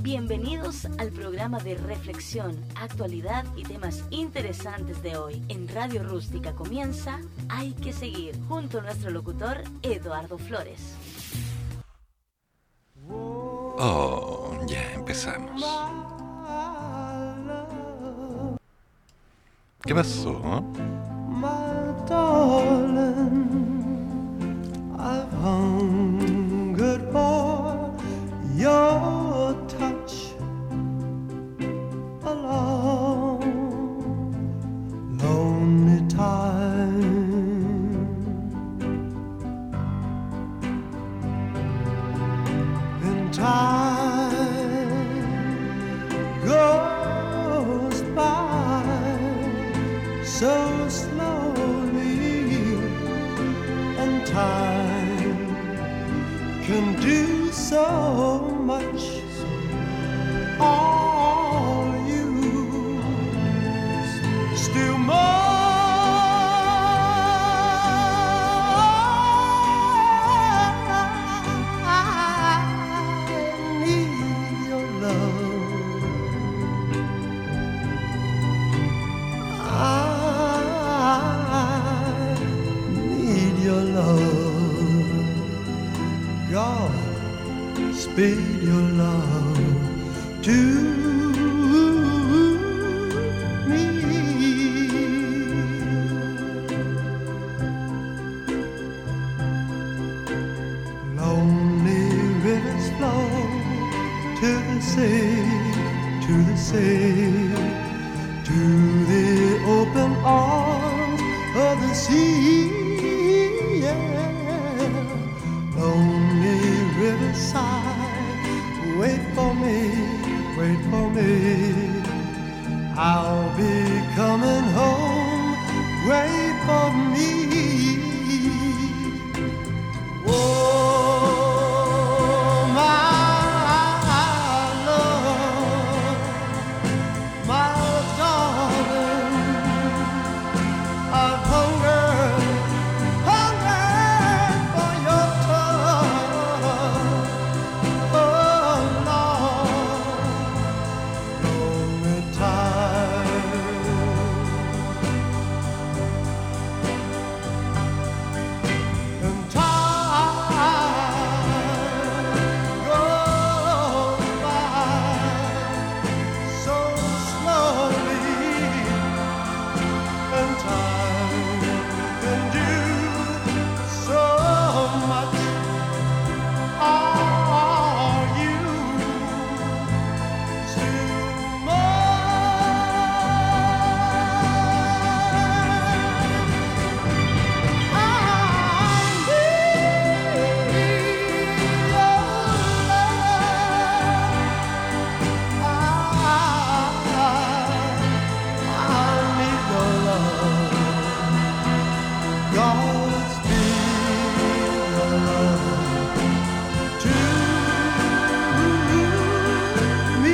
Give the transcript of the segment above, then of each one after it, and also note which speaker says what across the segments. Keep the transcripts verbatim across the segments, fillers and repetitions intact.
Speaker 1: Bienvenidos al programa de reflexión, actualidad y temas interesantes de hoy. En Radio Rústica comienza Hay que seguir, junto a nuestro locutor Eduardo Flores.
Speaker 2: Oh, ya empezamos. ¿Qué pasó?
Speaker 3: My darling, I've hungered for your touch a long, lonely time. And time goes by so slowly, and time can do so much. All you still more. I need your love. I need your love. God, speed your love to me. Lonely rivers flow to the sea, to the sea, to the open arms of the sea. Yeah. Lonely riverside, wait for me, wait for me. I'll be coming home, wait for me. Oh, my love, my darling, I've hungered, hungered for your touch. Oh, Lord, lonely time. And time goes by so slowly, and time can do so much. Are you still mine? I need your love. God, speed your love to me.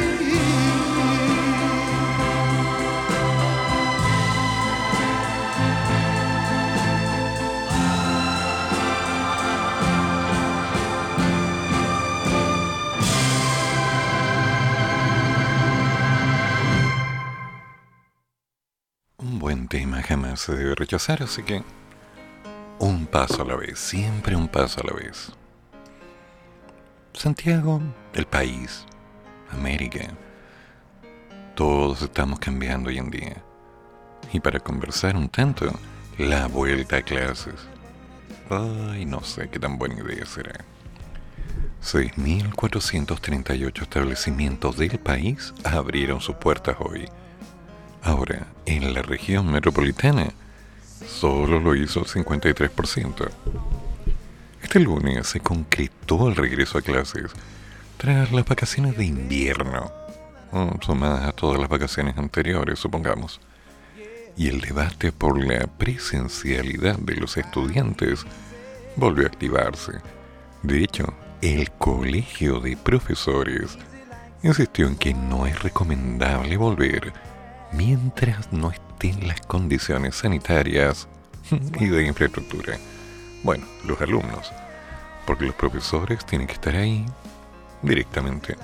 Speaker 2: Un buen tema jamás se debe rechazar, así que un paso a la vez, siempre un paso a la vez. Santiago, el país, América, todos estamos cambiando hoy en día. Y para conversar un tanto, la vuelta a clases. Ay, no sé qué tan buena idea será. seis mil cuatrocientos treinta y ocho establecimientos del país abrieron sus puertas hoy. Ahora, en la región metropolitana, solo lo hizo el cincuenta y tres por ciento. Este lunes se concretó el regreso a clases tras las vacaciones de invierno, sumadas a todas las vacaciones anteriores, supongamos. Y el debate por la presencialidad de los estudiantes volvió a activarse. De hecho, el Colegio de Profesores insistió en que no es recomendable volver mientras no estén las condiciones sanitarias y de infraestructura. Bueno, los alumnos, porque los profesores tienen que estar ahí directamente.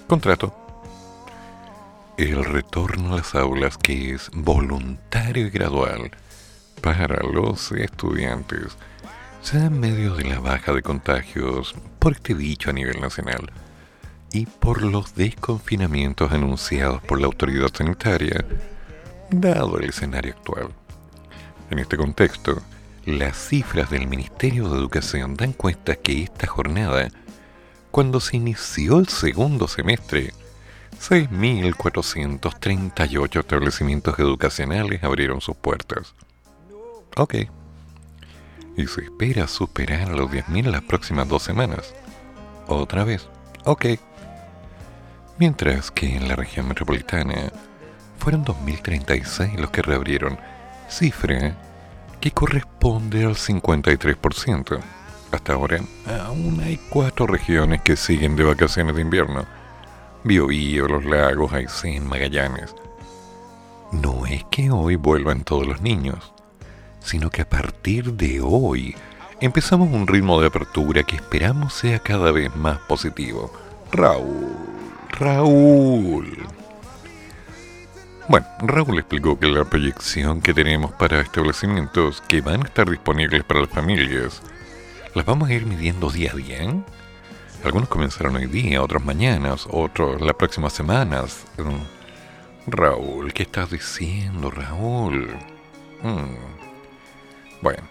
Speaker 2: contrato. El retorno a las aulas, que es voluntario y gradual para los estudiantes, sea en medio de la baja de contagios por este bicho a nivel nacional y por los desconfinamientos anunciados por la autoridad sanitaria, dado el escenario actual. En este contexto, las cifras del Ministerio de Educación dan cuenta que esta jornada, cuando se inició el segundo semestre, seis mil cuatrocientos treinta y ocho establecimientos educacionales abrieron sus puertas. Ok. Y se espera superar a los diez mil en las próximas dos semanas. Otra vez. Ok. Mientras que en la región metropolitana fueron dos mil treinta y seis los que reabrieron, cifra que corresponde al cincuenta y tres por ciento. Hasta ahora, aún hay cuatro regiones que siguen de vacaciones de invierno. Biobío, Los Lagos, Aysén, Magallanes. No es que hoy vuelvan todos los niños, sino que a partir de hoy empezamos un ritmo de apertura que esperamos sea cada vez más positivo. Raúl, Raúl. Bueno, Raúl explicó que la proyección que tenemos para establecimientos que van a estar disponibles para las familias, las vamos a ir midiendo día a día. Algunos comenzaron hoy día, otros mañanas, otros las próximas semanas. Raúl, ¿qué estás diciendo, Raúl? Hmm. Bueno,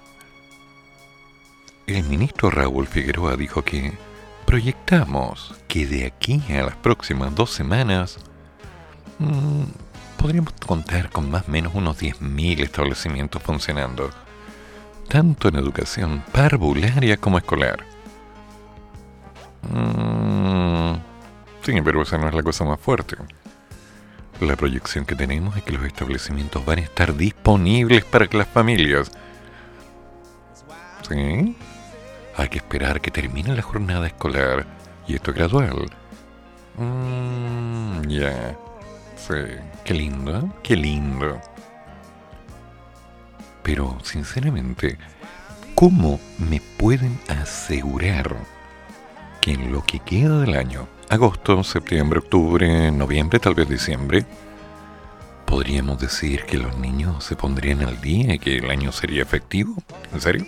Speaker 2: el ministro Raúl Figueroa dijo que proyectamos que de aquí a las próximas dos semanas mmm, podríamos contar con más o menos unos diez mil establecimientos funcionando, tanto en educación parvularia como escolar. Mm, sí, pero esa no es la cosa más fuerte. La proyección que tenemos es que los establecimientos van a estar disponibles para que las familias. ¿Sí? Hay que esperar que termine la jornada escolar y esto es gradual. Mm, ya. Yeah. Sí. Qué lindo, ¿eh? Qué lindo. Pero, sinceramente, ¿cómo me pueden asegurar que en lo que queda del año, agosto, septiembre, octubre, noviembre, tal vez diciembre, podríamos decir que los niños se pondrían al día y que el año sería efectivo? ¿En serio?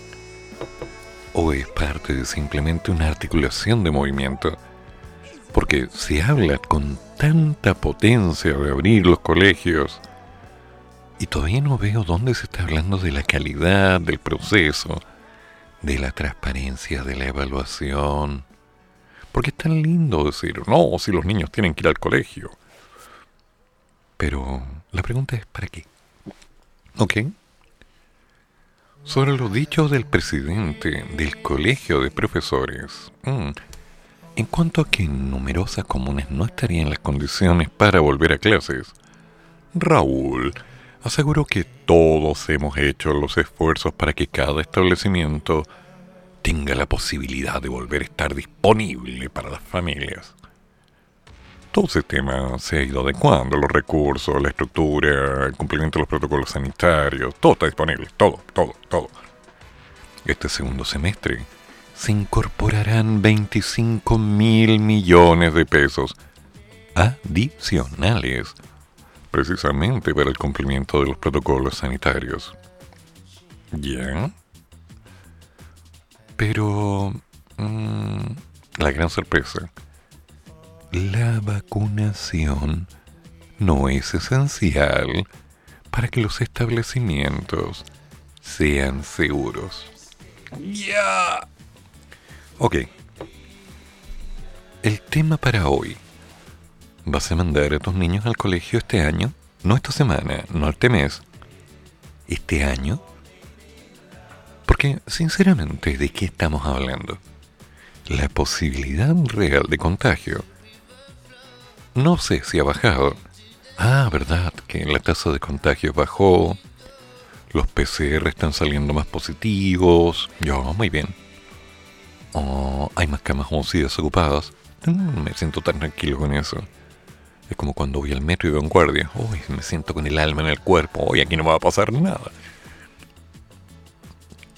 Speaker 2: ¿O es parte de simplemente una articulación de movimiento? Porque se habla con tanta potencia de abrir los colegios y todavía no veo dónde se está hablando de la calidad del proceso, de la transparencia de la evaluación. Porque es tan lindo decir, no, si los niños tienen que ir al colegio. Pero la pregunta es, ¿para qué? ¿Ok? Sobre los dichos del presidente del Colegio de Profesores, mmm, en cuanto a que numerosas comunas no estarían en las condiciones para volver a clases, Raúl aseguró que todos hemos hecho los esfuerzos para que cada establecimiento tenga la posibilidad de volver a estar disponible para las familias. Todo ese tema se ha ido adecuando, los recursos, la estructura, el cumplimiento de los protocolos sanitarios, todo está disponible, todo, todo, todo. Este segundo semestre se incorporarán veinticinco mil millones de pesos adicionales, precisamente para el cumplimiento de los protocolos sanitarios. ¿Ya? Pero mmm, la gran sorpresa, la vacunación no es esencial para que los establecimientos sean seguros. ¡Ya! Yeah. Ok. El tema para hoy. ¿Vas a mandar a tus niños al colegio este año? No esta semana, no este mes. ¿Este año? Porque, sinceramente, ¿de qué estamos hablando? La posibilidad real de contagio. No sé si ha bajado. Ah, verdad, que la tasa de contagio bajó. Los P C R están saliendo más positivos. Yo, muy bien. Oh, hay más camas U C I desocupadas. Mm, me siento tan tranquilo con eso. Es como cuando voy al metro y veo un guardia. Uy, me siento con el alma en el cuerpo. Hoy aquí no me va a pasar nada.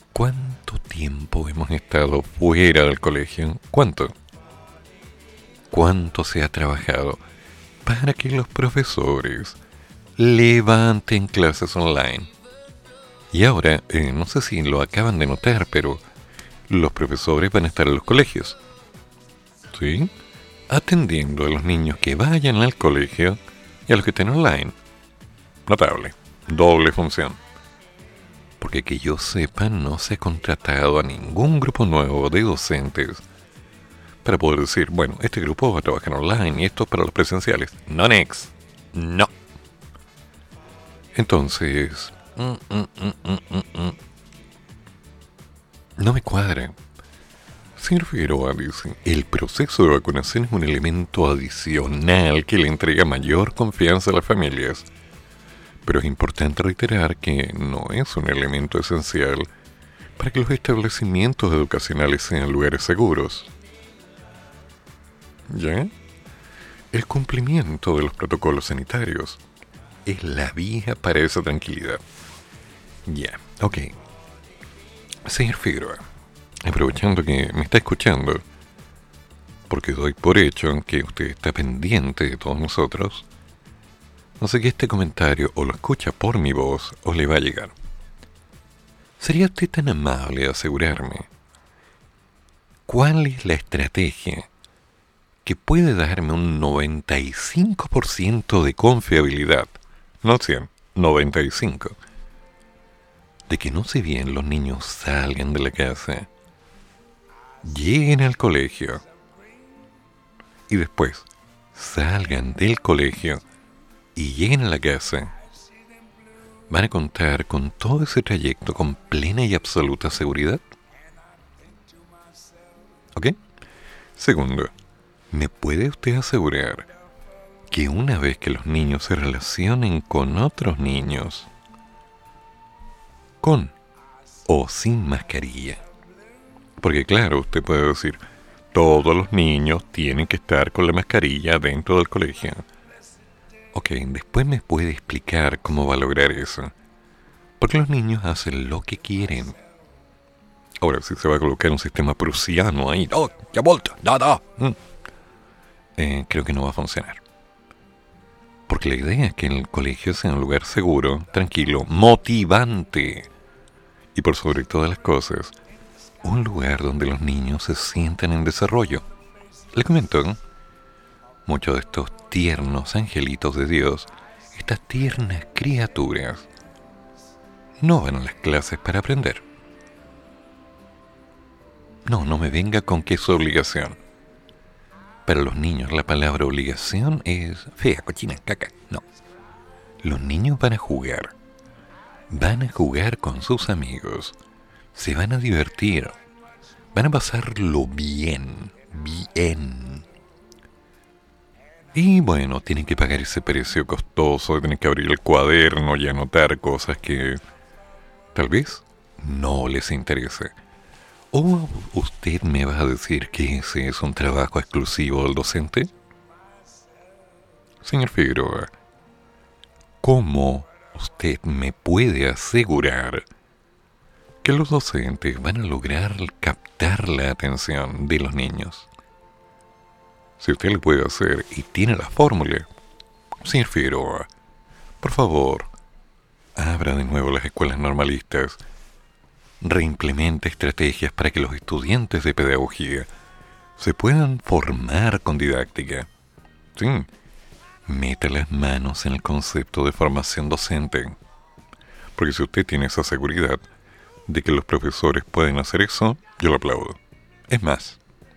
Speaker 2: ¿Cuánto tiempo hemos estado fuera del colegio? ¿Cuánto? cuánto se ha trabajado para que los profesores levanten clases online. Y ahora, eh, no sé si lo acaban de notar, pero los profesores van a estar en los colegios, ¿sí?, atendiendo a los niños que vayan al colegio y a los que estén online. Notable, doble función. Porque que yo sepa, no se ha contratado a ningún grupo nuevo de docentes para poder decir, bueno, este grupo va a trabajar online y esto es para los presenciales. No, next. No. Entonces, mm, mm, mm, mm, mm, no me cuadra. Señor Figueroa dice, el proceso de vacunación es un elemento adicional que le entrega mayor confianza a las familias. Pero es importante reiterar que no es un elemento esencial para que los establecimientos educacionales sean lugares seguros. ¿Ya? El cumplimiento de los protocolos sanitarios es la vía para esa tranquilidad. Ya, ok. Señor Figueroa, aprovechando que me está escuchando, porque doy por hecho que usted está pendiente de todos nosotros, no sé que este comentario o lo escucha por mi voz o le va a llegar. ¿Sería usted tan amable de asegurarme cuál es la estrategia que puede darme un noventa y cinco por ciento de confiabilidad, no cien, noventa y cinco, de que no se bien los niños salgan de la casa, lleguen al colegio y después salgan del colegio y lleguen a la casa, van a contar con todo ese trayecto con plena y absoluta seguridad? ¿Ok? Segundo, ¿me puede usted asegurar que una vez que los niños se relacionen con otros niños, con o sin mascarilla? Porque claro, usted puede decir, todos los niños tienen que estar con la mascarilla dentro del colegio. Ok, después me puede explicar cómo va a lograr eso. Porque los niños hacen lo que quieren. Ahora, si se va a colocar un sistema prusiano ahí, ¡oh, ya volta! ¡Da, da! Mm. Eh, creo que no va a funcionar. Porque la idea es que el colegio sea un lugar seguro, tranquilo, motivante. Y por sobre todas las cosas, un lugar donde los niños se sientan en desarrollo. Le comento, ¿no? Muchos de estos tiernos angelitos de Dios, estas tiernas criaturas, no van a las clases para aprender. No, no me venga con que es obligación. Para los niños la palabra obligación es fea, cochina, caca. No. Los niños van a jugar. Van a jugar con sus amigos. Se van a divertir. Van a pasarlo bien. Bien. Y bueno, tienen que pagar ese precio costoso de tener que abrir el cuaderno y anotar cosas que tal vez no les interese. ¿O usted me va a decir que ese es un trabajo exclusivo del docente? Señor Figueroa, ¿cómo usted me puede asegurar que los docentes van a lograr captar la atención de los niños? Si usted lo puede hacer y tiene la fórmula, señor Figueroa, por favor, abra de nuevo las escuelas normalistas, reimplemente estrategias para que los estudiantes de pedagogía se puedan formar con didáctica. Sí, meta las manos en el concepto de formación docente, porque si usted tiene esa seguridad de que los profesores pueden hacer eso, yo lo aplaudo. Es más,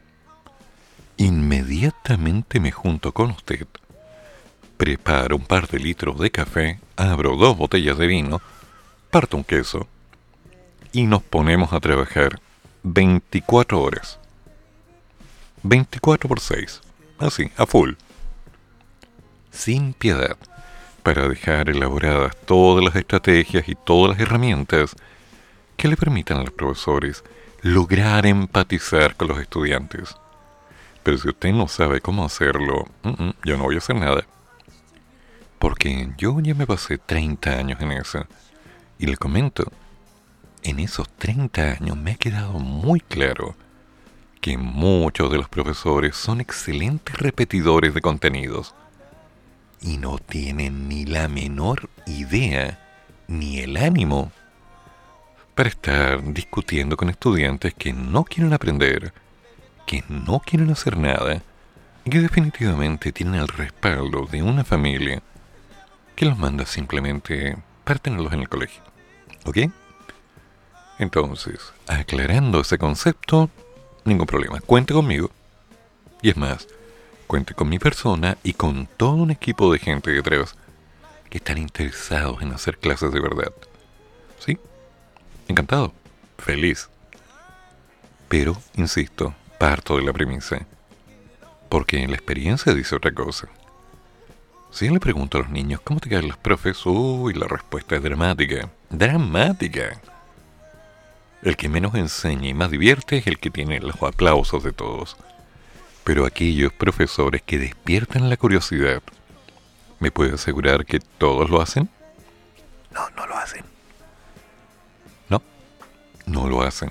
Speaker 2: inmediatamente me junto con usted, preparo un par de litros de café, abro dos botellas de vino, parto un queso y nos ponemos a trabajar veinticuatro horas. veinticuatro por seis, así, a full. Sin piedad, para dejar elaboradas todas las estrategias y todas las herramientas que le permitan a los profesores lograr empatizar con los estudiantes. Pero si usted no sabe cómo hacerlo, uh-uh, yo no voy a hacer nada. Porque yo ya me pasé treinta años en eso. Y le comento, en esos treinta años me ha quedado muy claro que muchos de los profesores son excelentes repetidores de contenidos y no tienen ni la menor idea ni el ánimo para estar discutiendo con estudiantes que no quieren aprender, que no quieren hacer nada y que definitivamente tienen el respaldo de una familia que los manda simplemente para tenerlos en el colegio. ¿Ok? Entonces, aclarando ese concepto, ningún problema. Cuente conmigo. Y es más, cuente con mi persona y con todo un equipo de gente detrás que están interesados en hacer clases de verdad. ¿Sí? Encantado. Feliz. Pero, insisto, parto de la premisa. Porque la experiencia dice otra cosa. Si yo le pregunto a los niños, ¿cómo te caen los profes? Uy, la respuesta es dramática. ¡Dramática! El que menos enseña y más divierte es el que tiene los aplausos de todos. Pero aquellos profesores que despiertan la curiosidad, ¿me puede asegurar que todos lo hacen? No, no lo hacen. No, no lo hacen.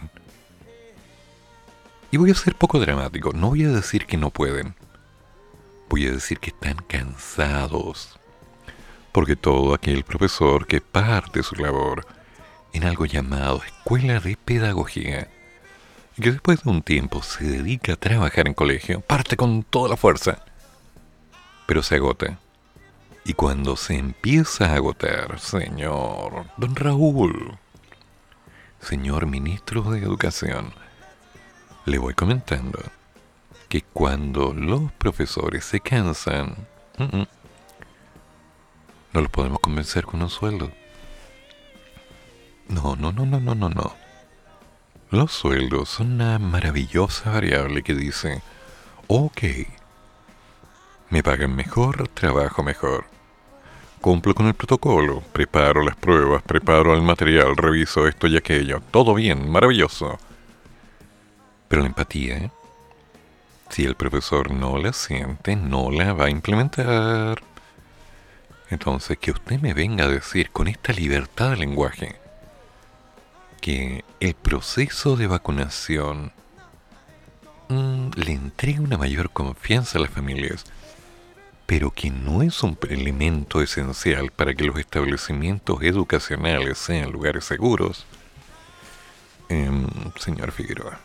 Speaker 2: Y voy a ser poco dramático, no voy a decir que no pueden. Voy a decir que están cansados. Porque todo aquel profesor que parte su labor en algo llamado escuela de pedagogía, y que después de un tiempo se dedica a trabajar en colegio, parte con toda la fuerza, pero se agota. Y cuando se empieza a agotar, señor don Raúl, señor ministro de Educación, le voy comentando que cuando los profesores se cansan, uh-uh, no los podemos convencer con un sueldo. No, no, no, no, no, no, no. Los sueldos son una maravillosa variable que dice, ok, me pagan mejor, trabajo mejor. Cumplo con el protocolo, preparo las pruebas, preparo el material, reviso esto y aquello. Todo bien, maravilloso. Pero la empatía, ¿eh? Si el profesor no la siente, no la va a implementar. Entonces, que usted me venga a decir con esta libertad de lenguaje que el proceso de vacunación mmm, le entrega una mayor confianza a las familias, pero que no es un elemento esencial para que los establecimientos educacionales sean lugares seguros, eh, señor Figueroa.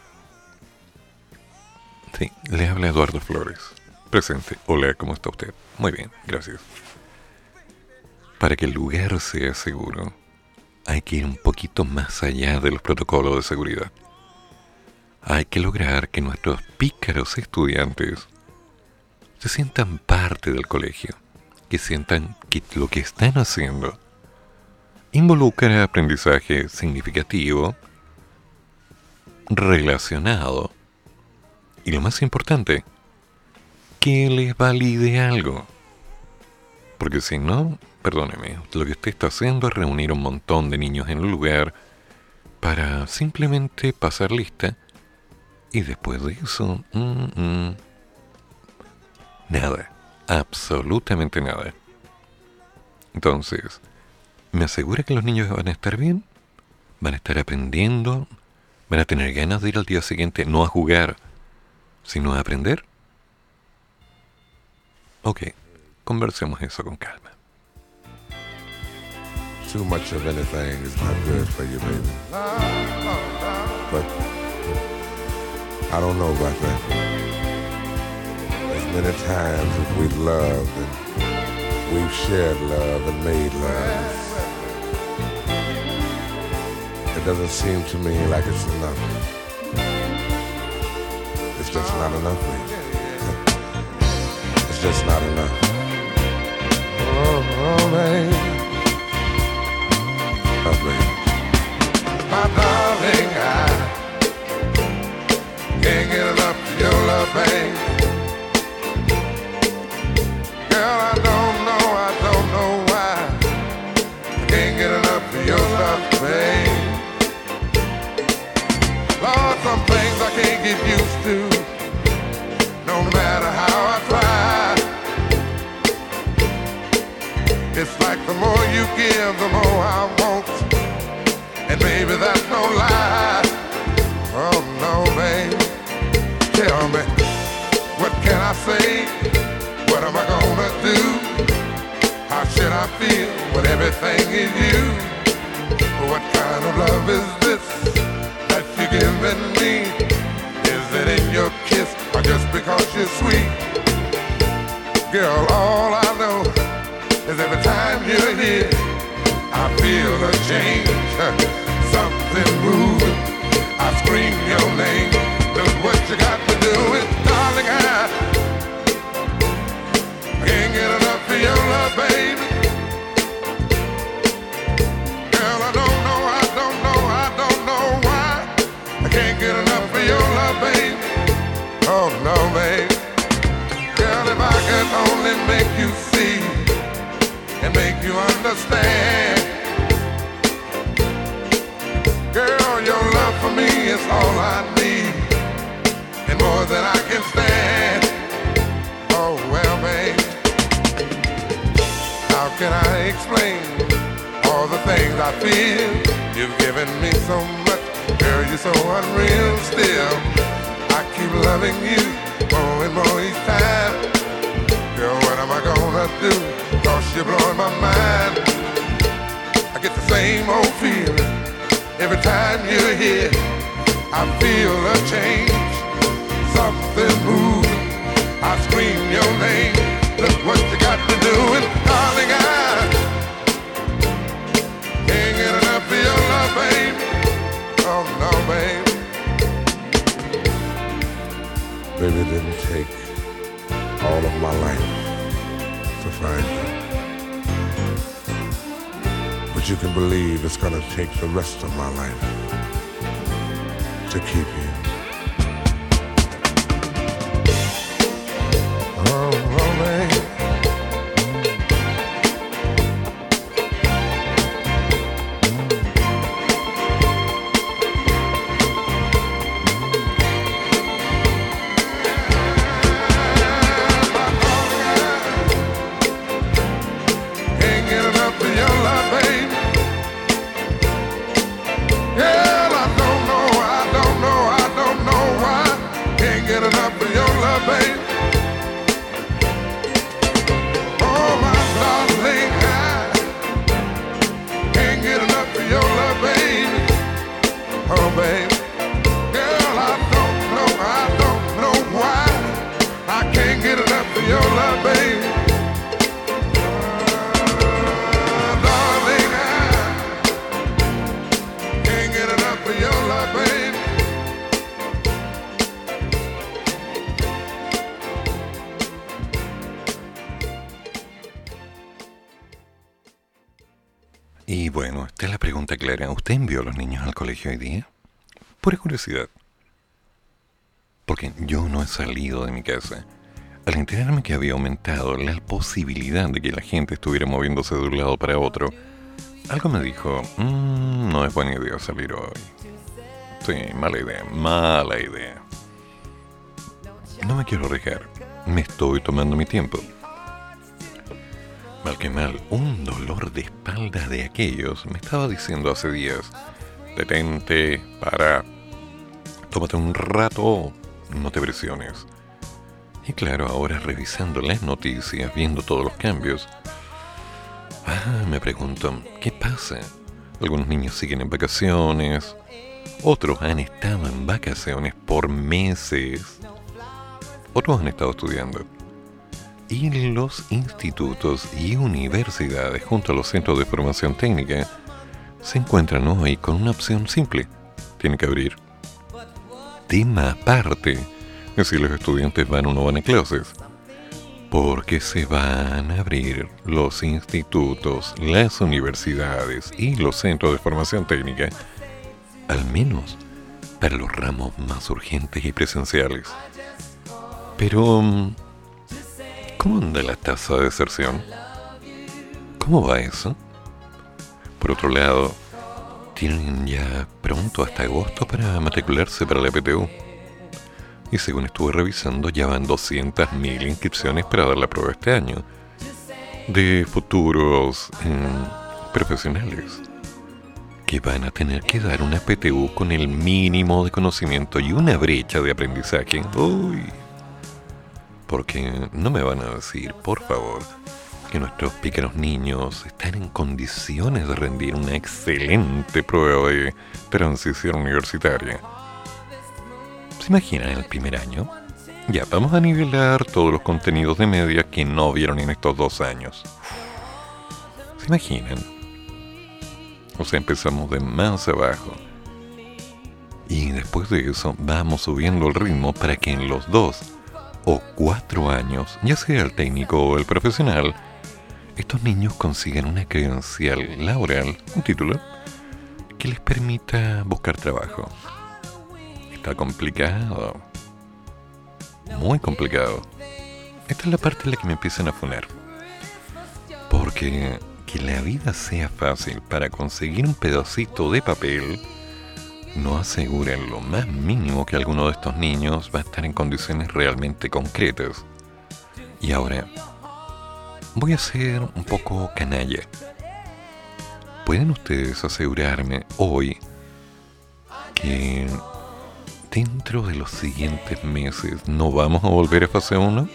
Speaker 2: Sí, le habla Eduardo Flores. Presente. Hola, ¿cómo está usted? Muy bien, gracias. Para que el lugar sea seguro, hay que ir un poquito más allá de los protocolos de seguridad. Hay que lograr que nuestros pícaros estudiantes se sientan parte del colegio, que sientan que lo que están haciendo involucra aprendizaje significativo, relacionado, y lo más importante, que les valide algo. Porque si no, perdóneme, lo que usted está haciendo es reunir un montón de niños en un lugar para simplemente pasar lista y después de eso, mm, mm, nada, absolutamente nada. Entonces, ¿me asegura que los niños van a estar bien? ¿Van a estar aprendiendo? ¿Van a tener ganas de ir al día siguiente no a jugar, sino a aprender? Ok, conversemos eso con calma.
Speaker 4: Too much of anything is not good for you, baby. But I don't know about that. As many times as we've loved and we've shared love and made love, it doesn't seem to me like it's enough. It's just not enough, baby. It's just not enough. Oh, oh, baby. My darling, I can't get enough of your love, babe. Girl, I don't know, I don't know why I can't get enough of your love, babe. Lord, some things I can't get used to, no matter how I try. It's like the more you give, the more I want. And baby, that's no lie. Oh no, baby. What can I say? What am I gonna do? How should I feel when everything is you? What kind of love is this that you're giving me? Is it in your kiss or just because you're sweet? Girl, all I know is every time you're here, I feel a change, something moving. I scream your name. Look what you got to do it, darling. I can't get enough of your love, baby. Girl, I don't know, I don't know, I don't know why I can't get enough of your love, baby. Oh no, baby. Girl, if I could only make you see and make you understand. Girl, your love for me is all I need, and more than I can stand. Oh well, babe, how can I explain all the things I feel? You've given me so much, girl, you're so unreal still. I keep loving you more and more each time. Girl, what am I gonna do? Cause you're blowing my mind. I get the same old feeling every time you're here. I feel a change, something moving. I scream your name. Look what you got to do, and darling, I can't get enough of your love, baby. Oh no, baby. Baby, it didn't take all of my life to find you, but you can believe it's gonna take the rest of my life to keep you. Oh, oh, man.
Speaker 2: Y bueno, esta es la pregunta clara. ¿Usted envió a los niños al colegio hoy día? Pura curiosidad. Porque yo no he salido de mi casa. Al enterarme que había aumentado la posibilidad de que la gente estuviera moviéndose de un lado para otro, algo me dijo, mmm, no es buena idea salir hoy. Sí, mala idea, mala idea. No me quiero arriesgar. Me estoy tomando mi tiempo. Mal que mal, un dolor de espalda de aquellos me estaba diciendo hace días, detente, para, tómate un rato, no te presiones. Y claro, ahora revisando las noticias, viendo todos los cambios, ah, me pregunto, ¿qué pasa? Algunos niños siguen en vacaciones, otros han estado en vacaciones por meses, otros han estado estudiando. Y los institutos y universidades junto a los centros de formación técnica se encuentran hoy con una opción simple. Tienen que abrir. Tema aparte de si los estudiantes van o no van a clases. Porque se van a abrir los institutos, las universidades y los centros de formación técnica, al menos para los ramos más urgentes y presenciales. Pero ¿cómo anda la tasa de deserción? ¿Cómo va eso? Por otro lado, tienen ya pronto hasta agosto para matricularse para la P T U. Y según estuve revisando, ya van doscientas mil inscripciones para dar la prueba este año de futuros eh, profesionales que van a tener que dar una P T U con el mínimo de conocimiento y una brecha de aprendizaje. Uy, Porque no me van a decir, por favor, que nuestros pícaros niños están en condiciones de rendir una excelente prueba de transición universitaria. ¿Se imaginan el primer año? Ya, vamos a nivelar todos los contenidos de media que no vieron en estos dos años. ¿Se imaginan? O sea, empezamos de más abajo. Y después de eso vamos subiendo el ritmo para que en los dos o cuatro años, ya sea el técnico o el profesional, estos niños consigan una credencial laboral, un título, que les permita buscar trabajo. Está complicado. Muy complicado. Esta es la parte en la que me empiezan a funar. Porque que la vida sea fácil para conseguir un pedacito de papel no asegura en lo más mínimo que alguno de estos niños va a estar en condiciones realmente concretas. Y ahora, voy a ser un poco canalla. ¿Pueden ustedes asegurarme hoy que dentro de los siguientes meses no vamos a volver a fase uno?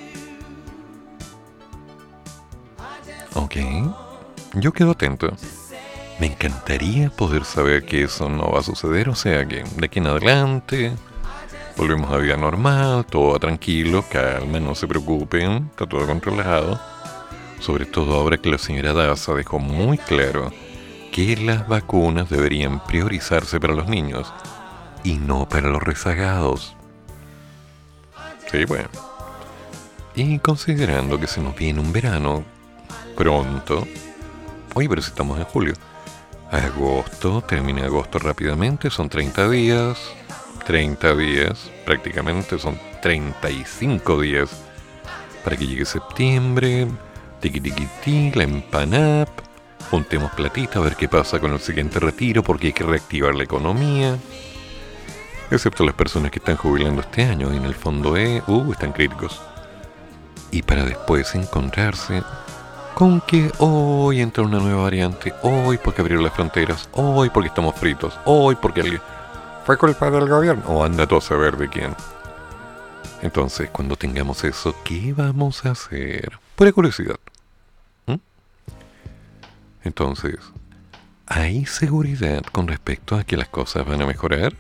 Speaker 2: Ok, yo quedo atento. Me encantaría poder saber que eso no va a suceder, o sea que de aquí en adelante volvemos a vida normal, todo va tranquilo, calma, no se preocupen, está todo controlado. Sobre todo ahora que la señora Daza dejó muy claro que las vacunas deberían priorizarse para los niños y no para los rezagados. Sí, bueno. Y considerando que se nos viene un verano pronto, oye, pero si estamos en julio, agosto, termina agosto rápidamente, son treinta días, treinta días, prácticamente son treinta y cinco días para que llegue septiembre, tiqui tiqui ti, la empanada, juntemos platita a ver qué pasa con el siguiente retiro porque hay que reactivar la economía, excepto las personas que están jubilando este año, y en el fondo E, uh, están críticos. Y para después encontrarse con que hoy entra una nueva variante, hoy porque abrieron las fronteras, hoy porque estamos fritos, hoy porque alguien fue culpa del gobierno, o anda todo a saber de quién. Entonces, cuando tengamos eso, ¿qué vamos a hacer? Pura curiosidad. ¿Mm? Entonces, ¿hay seguridad con respecto a que las cosas van a mejorar?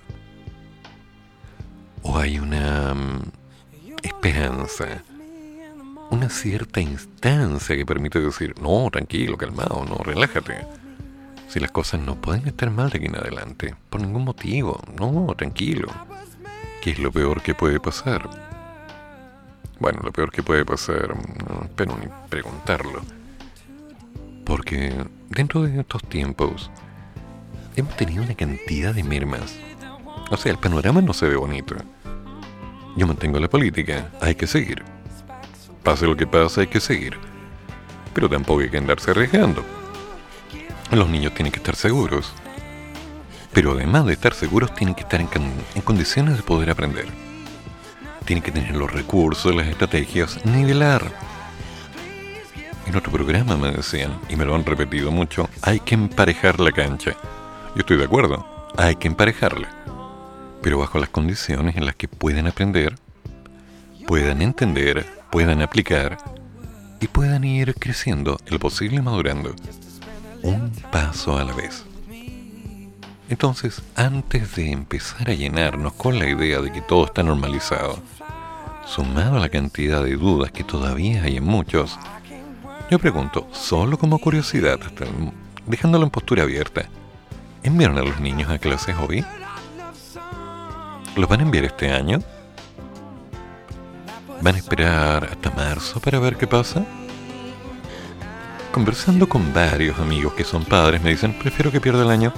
Speaker 2: ¿O hay una um, esperanza? Una cierta instancia que permite decir, no, tranquilo, calmado, no, relájate. Si las cosas no pueden estar mal de aquí en adelante, por ningún motivo, no, tranquilo. ¿Qué es lo peor que puede pasar? Bueno, lo peor que puede pasar, no espero ni preguntarlo. Porque dentro de estos tiempos hemos tenido una cantidad de mermas. O sea, el panorama no se ve bonito. Yo mantengo la política, hay que seguir. Pase lo que pase, hay que seguir. Pero tampoco hay que andarse arriesgando. Los niños tienen que estar seguros. Pero además de estar seguros, tienen que estar en, en condiciones de poder aprender. Tienen que tener los recursos, las estrategias, nivelar. En otro programa me decían, y me lo han repetido mucho, hay que emparejar la cancha. Yo estoy de acuerdo, hay que emparejarla. Pero bajo las condiciones en las que puedan aprender, puedan entender, puedan aplicar y puedan ir creciendo, en lo posible madurando, un paso a la vez. Entonces, antes de empezar a llenarnos con la idea de que todo está normalizado, sumado a la cantidad de dudas que todavía hay en muchos, yo pregunto, solo como curiosidad, hasta el, dejándolo en postura abierta, ¿enviaron a los niños a clases hoy? ¿Los van a enviar este año? ¿Van a esperar hasta marzo para ver qué pasa? Conversando con varios amigos que son padres, me dicen, prefiero que pierda el año.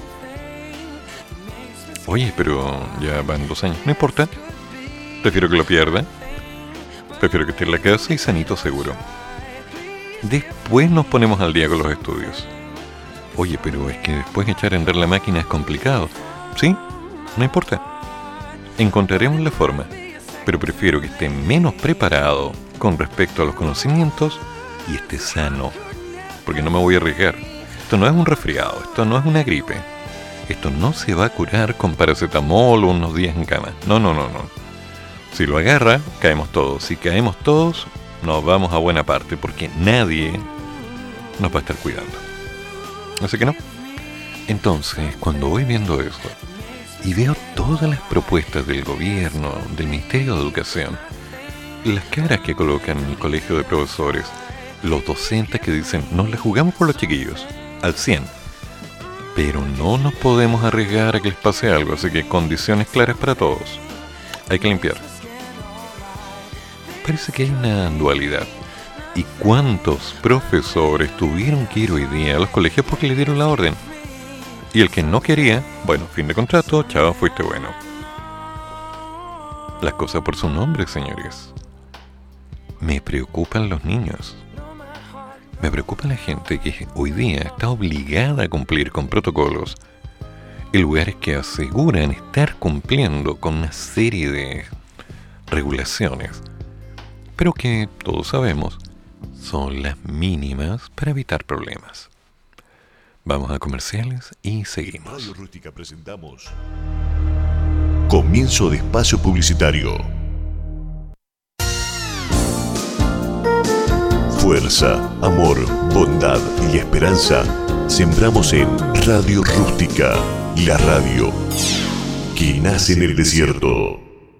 Speaker 2: Oye, pero ya van dos años, no importa. Prefiero que lo pierda. Prefiero que esté en la casa y sanito seguro. Después nos ponemos al día con los estudios. Oye, pero es que después echar a andar la máquina es complicado. Sí, no importa. Encontraremos la forma. Pero prefiero que esté menos preparado con respecto a los conocimientos y esté sano. Porque no me voy a arriesgar. Esto no es un resfriado, esto no es una gripe. Esto no se va a curar con paracetamol o unos días en cama. No, no, no, no. Si lo agarra, caemos todos. Si caemos todos, nos vamos a buena parte, porque nadie nos va a estar cuidando. Así que no. Entonces, cuando voy viendo esto y veo todas las propuestas del gobierno, del Ministerio de Educación, las caras que colocan en el colegio de profesores, los docentes que dicen, nos la jugamos por los chiquillos, al cien, pero no nos podemos arriesgar a que les pase algo, así que condiciones claras para todos. Hay que limpiar. Parece que hay una dualidad. ¿Y cuántos profesores tuvieron que ir hoy día a los colegios porque le dieron la orden? Y el que no quería, bueno, fin de contrato, chao, fuiste bueno. Las cosas por su nombre, señores. Me preocupan los niños. Me preocupa la gente que hoy día está obligada a cumplir con protocolos en lugares que aseguran estar cumpliendo con una serie de regulaciones, pero que todos sabemos son las mínimas para evitar problemas. Vamos a comerciales y seguimos.
Speaker 5: Radio Rústica presentamos Comienzo de espacio publicitario. Fuerza, amor, bondad y esperanza sembramos en Radio Rústica, la radio que nace en el desierto.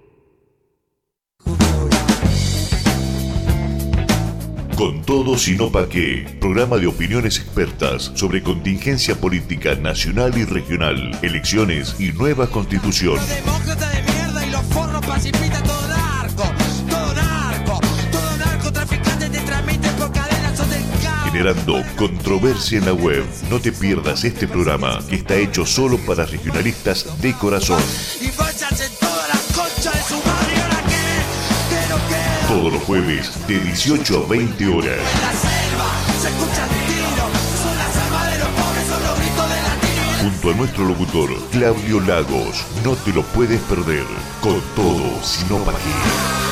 Speaker 5: Con Todos y No Pa' Qué, programa de opiniones expertas sobre contingencia política nacional y regional, elecciones y nueva constitución.
Speaker 6: Los demócratas de mierda y los forros pacifistas, todo narco, todo narco, todo narcotraficante te transmite por cadenas son del caos.
Speaker 5: Generando controversia en la web. No te pierdas este programa que está hecho solo para regionalistas de corazón.
Speaker 6: Y váyanse todas las conchas de su madre, ¿y ahora qué? ¿Qué no queda?
Speaker 5: Todos los jueves de dieciocho a veinte horas.
Speaker 6: En la selva se escuchan tiros, son las almas de los pobres, son los gritos de la tibia.
Speaker 5: Junto a nuestro locutor Claudio Lagos. No te lo puedes perder. Con Todos y No Pa' Qué.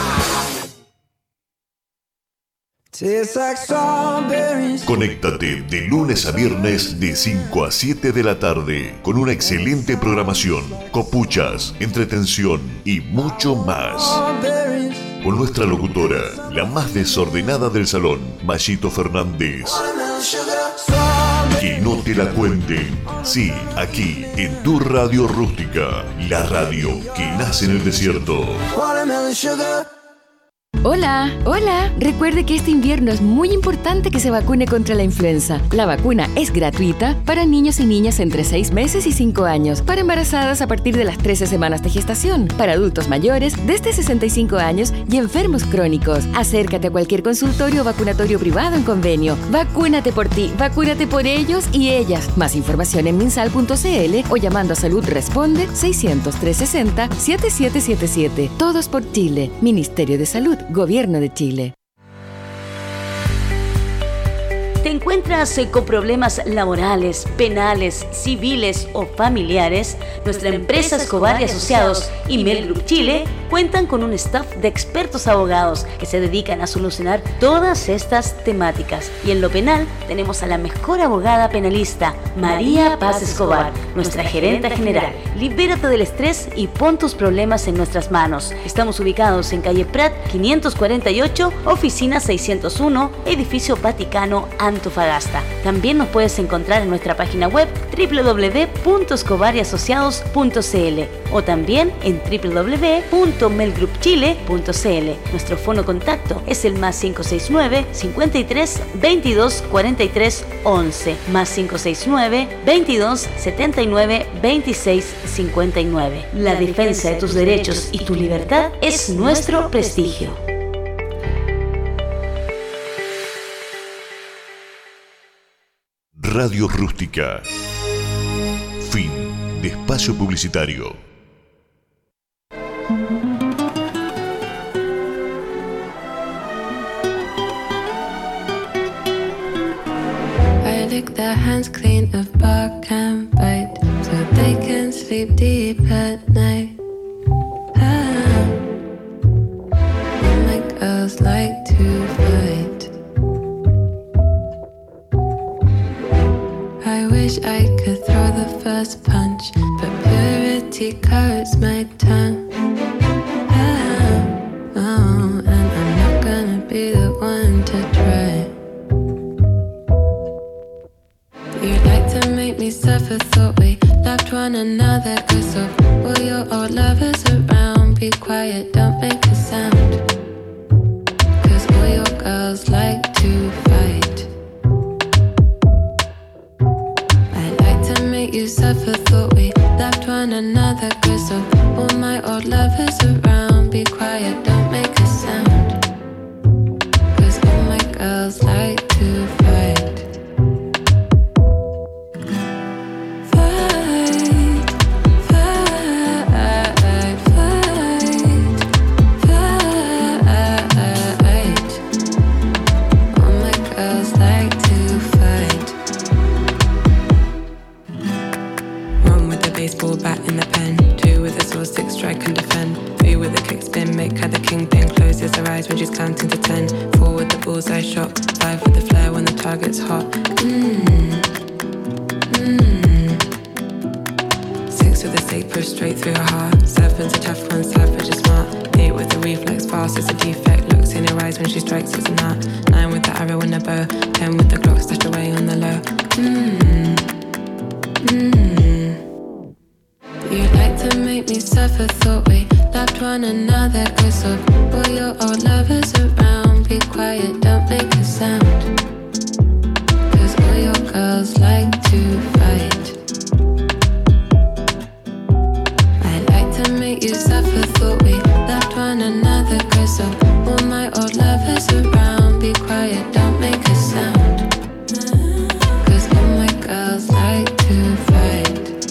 Speaker 5: Conéctate de lunes a viernes de cinco a siete de la tarde con una excelente programación, copuchas, entretención y mucho más. Con nuestra locutora, la más desordenada del salón, Mayito Fernández. Que no te la cuenten. Sí, aquí, en tu Radio Rústica, la radio que nace en el desierto.
Speaker 7: Hola, hola. Recuerde que este invierno es muy importante que se vacune contra la influenza. La vacuna es gratuita para niños y niñas entre seis meses y cinco años, para embarazadas a partir de las trece semanas de gestación, para adultos mayores desde sesenta y cinco años y enfermos crónicos. Acércate a cualquier consultorio o vacunatorio privado en convenio. Vacúnate por ti, vacúnate por ellos y ellas. Más información en minsal punto c l o llamando a Salud Responde seiscientos, trescientos sesenta, setenta y siete setenta y siete. Todos por Chile. Ministerio de Salud. Gobierno de Chile.
Speaker 1: ¿Te encuentras con problemas laborales, penales, civiles o familiares? Nuestra empresa Escobar y Asociados y Mel Group Chile cuentan con un staff de expertos abogados que se dedican a solucionar todas estas temáticas. Y en lo penal tenemos a la mejor abogada penalista, María Paz Escobar, nuestra gerenta general. Libérate del estrés y pon tus problemas en nuestras manos. Estamos ubicados en calle Prat quinientos cuarenta y ocho, oficina seiscientos uno, edificio Vaticano, Antofagasta. También nos puedes encontrar en nuestra página web doble u doble u doble u punto escobar y asociados punto c l o también en doble u doble u doble u punto mel group chile punto c l. Nuestro fono contacto es el más cinco seis nueve, cincuenta y tres, veintidós, cuarenta y tres, once, más cinco seis nueve, veintidós, setenta y nueve, veintiséis, cincuenta y nueve. La defensa de tus derechos y tu libertad es nuestro prestigio.
Speaker 5: Radio Rústica. Fin de espacio publicitario.
Speaker 8: I lick their hands clean of bark and bite, so they can sleep deep at night. Ah, my girls like to fight. I wish I could throw the first punch, but purity coats my tongue. Ah, counting to ten. Four with the bullseye shot, five with the flare when the target's hot. Mmm, mmm. Six with the stake pushed straight through her heart. Seven's a tough one, savage is smart. Eight with the reflex, fast it's a defect. Looks in her eyes when she strikes, it's a knot. Nine with the arrow and the bow. Ten with the Glock stashed away on the low. Mmm, mmm. You like to make me suffer, thought we loved one another. Cause of all your old lovers around. Be quiet, don't make a sound. Cause all your girls like to fight. I like to make you suffer, thought we loved one another. Cause of all my old lovers around. Be quiet, don't make a sound. Cause all my girls like to fight.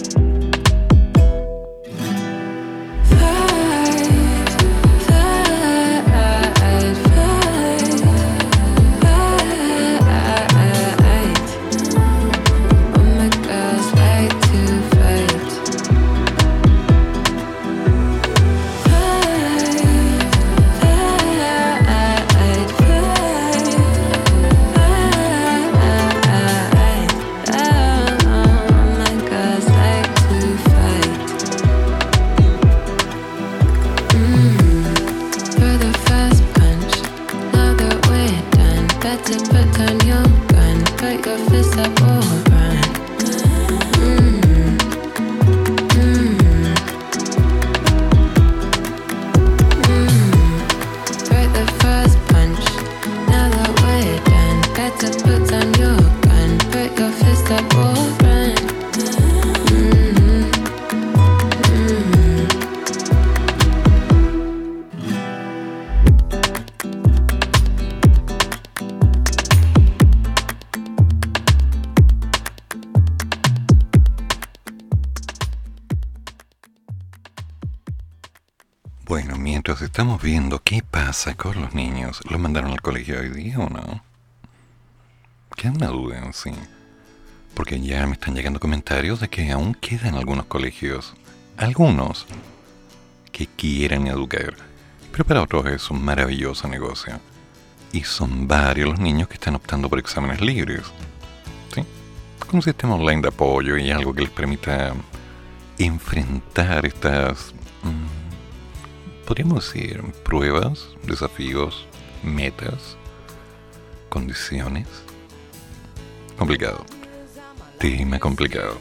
Speaker 2: Estamos viendo qué pasa con los niños. ¿Los mandaron al colegio hoy día o no? Queda una duda en sí. Porque ya me están llegando comentarios de que aún quedan algunos colegios, algunos, que quieren educar. Pero para otros es un maravilloso negocio. Y son varios los niños que están optando por exámenes libres. ¿Sí? Con un sistema online de apoyo y algo que les permita enfrentar estas... Mmm, podríamos decir pruebas, desafíos, metas, condiciones. Complicado. Tema complicado.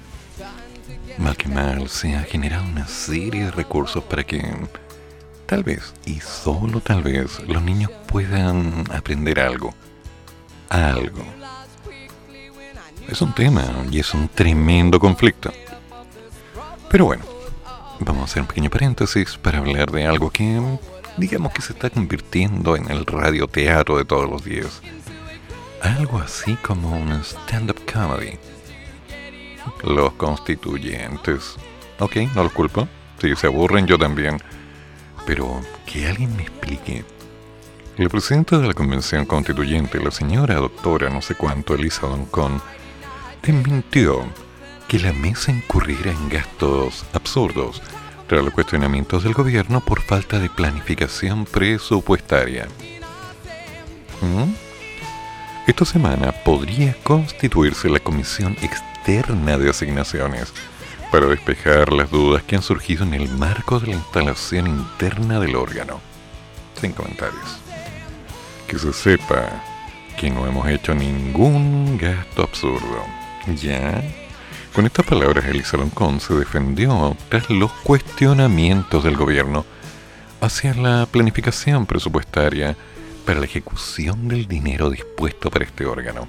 Speaker 2: Mal que mal se ha generado una serie de recursos para que tal vez, y solo tal vez, los niños puedan aprender algo. Algo. Es un tema y es un tremendo conflicto. Pero bueno. Vamos a hacer un pequeño paréntesis para hablar de algo que, digamos que se está convirtiendo en el radioteatro de todos los días. Algo así como un stand-up comedy. Los constituyentes. Ok, no los culpo. Si se aburren, yo también. Pero que alguien me explique. La presidenta de la Convención Constituyente, la señora doctora no sé cuánto, Elisa Doncón, desmintió que la mesa incurriera en gastos absurdos tras los cuestionamientos del gobierno por falta de planificación presupuestaria. ¿Mm? Esta semana podría constituirse la Comisión Externa de Asignaciones para despejar las dudas que han surgido en el marco de la instalación interna del órgano. Sin comentarios. Que se sepa que no hemos hecho ningún gasto absurdo. ¿Ya? Con estas palabras, Elisa Loncón se defendió tras los cuestionamientos del gobierno hacia la planificación presupuestaria para la ejecución del dinero dispuesto para este órgano.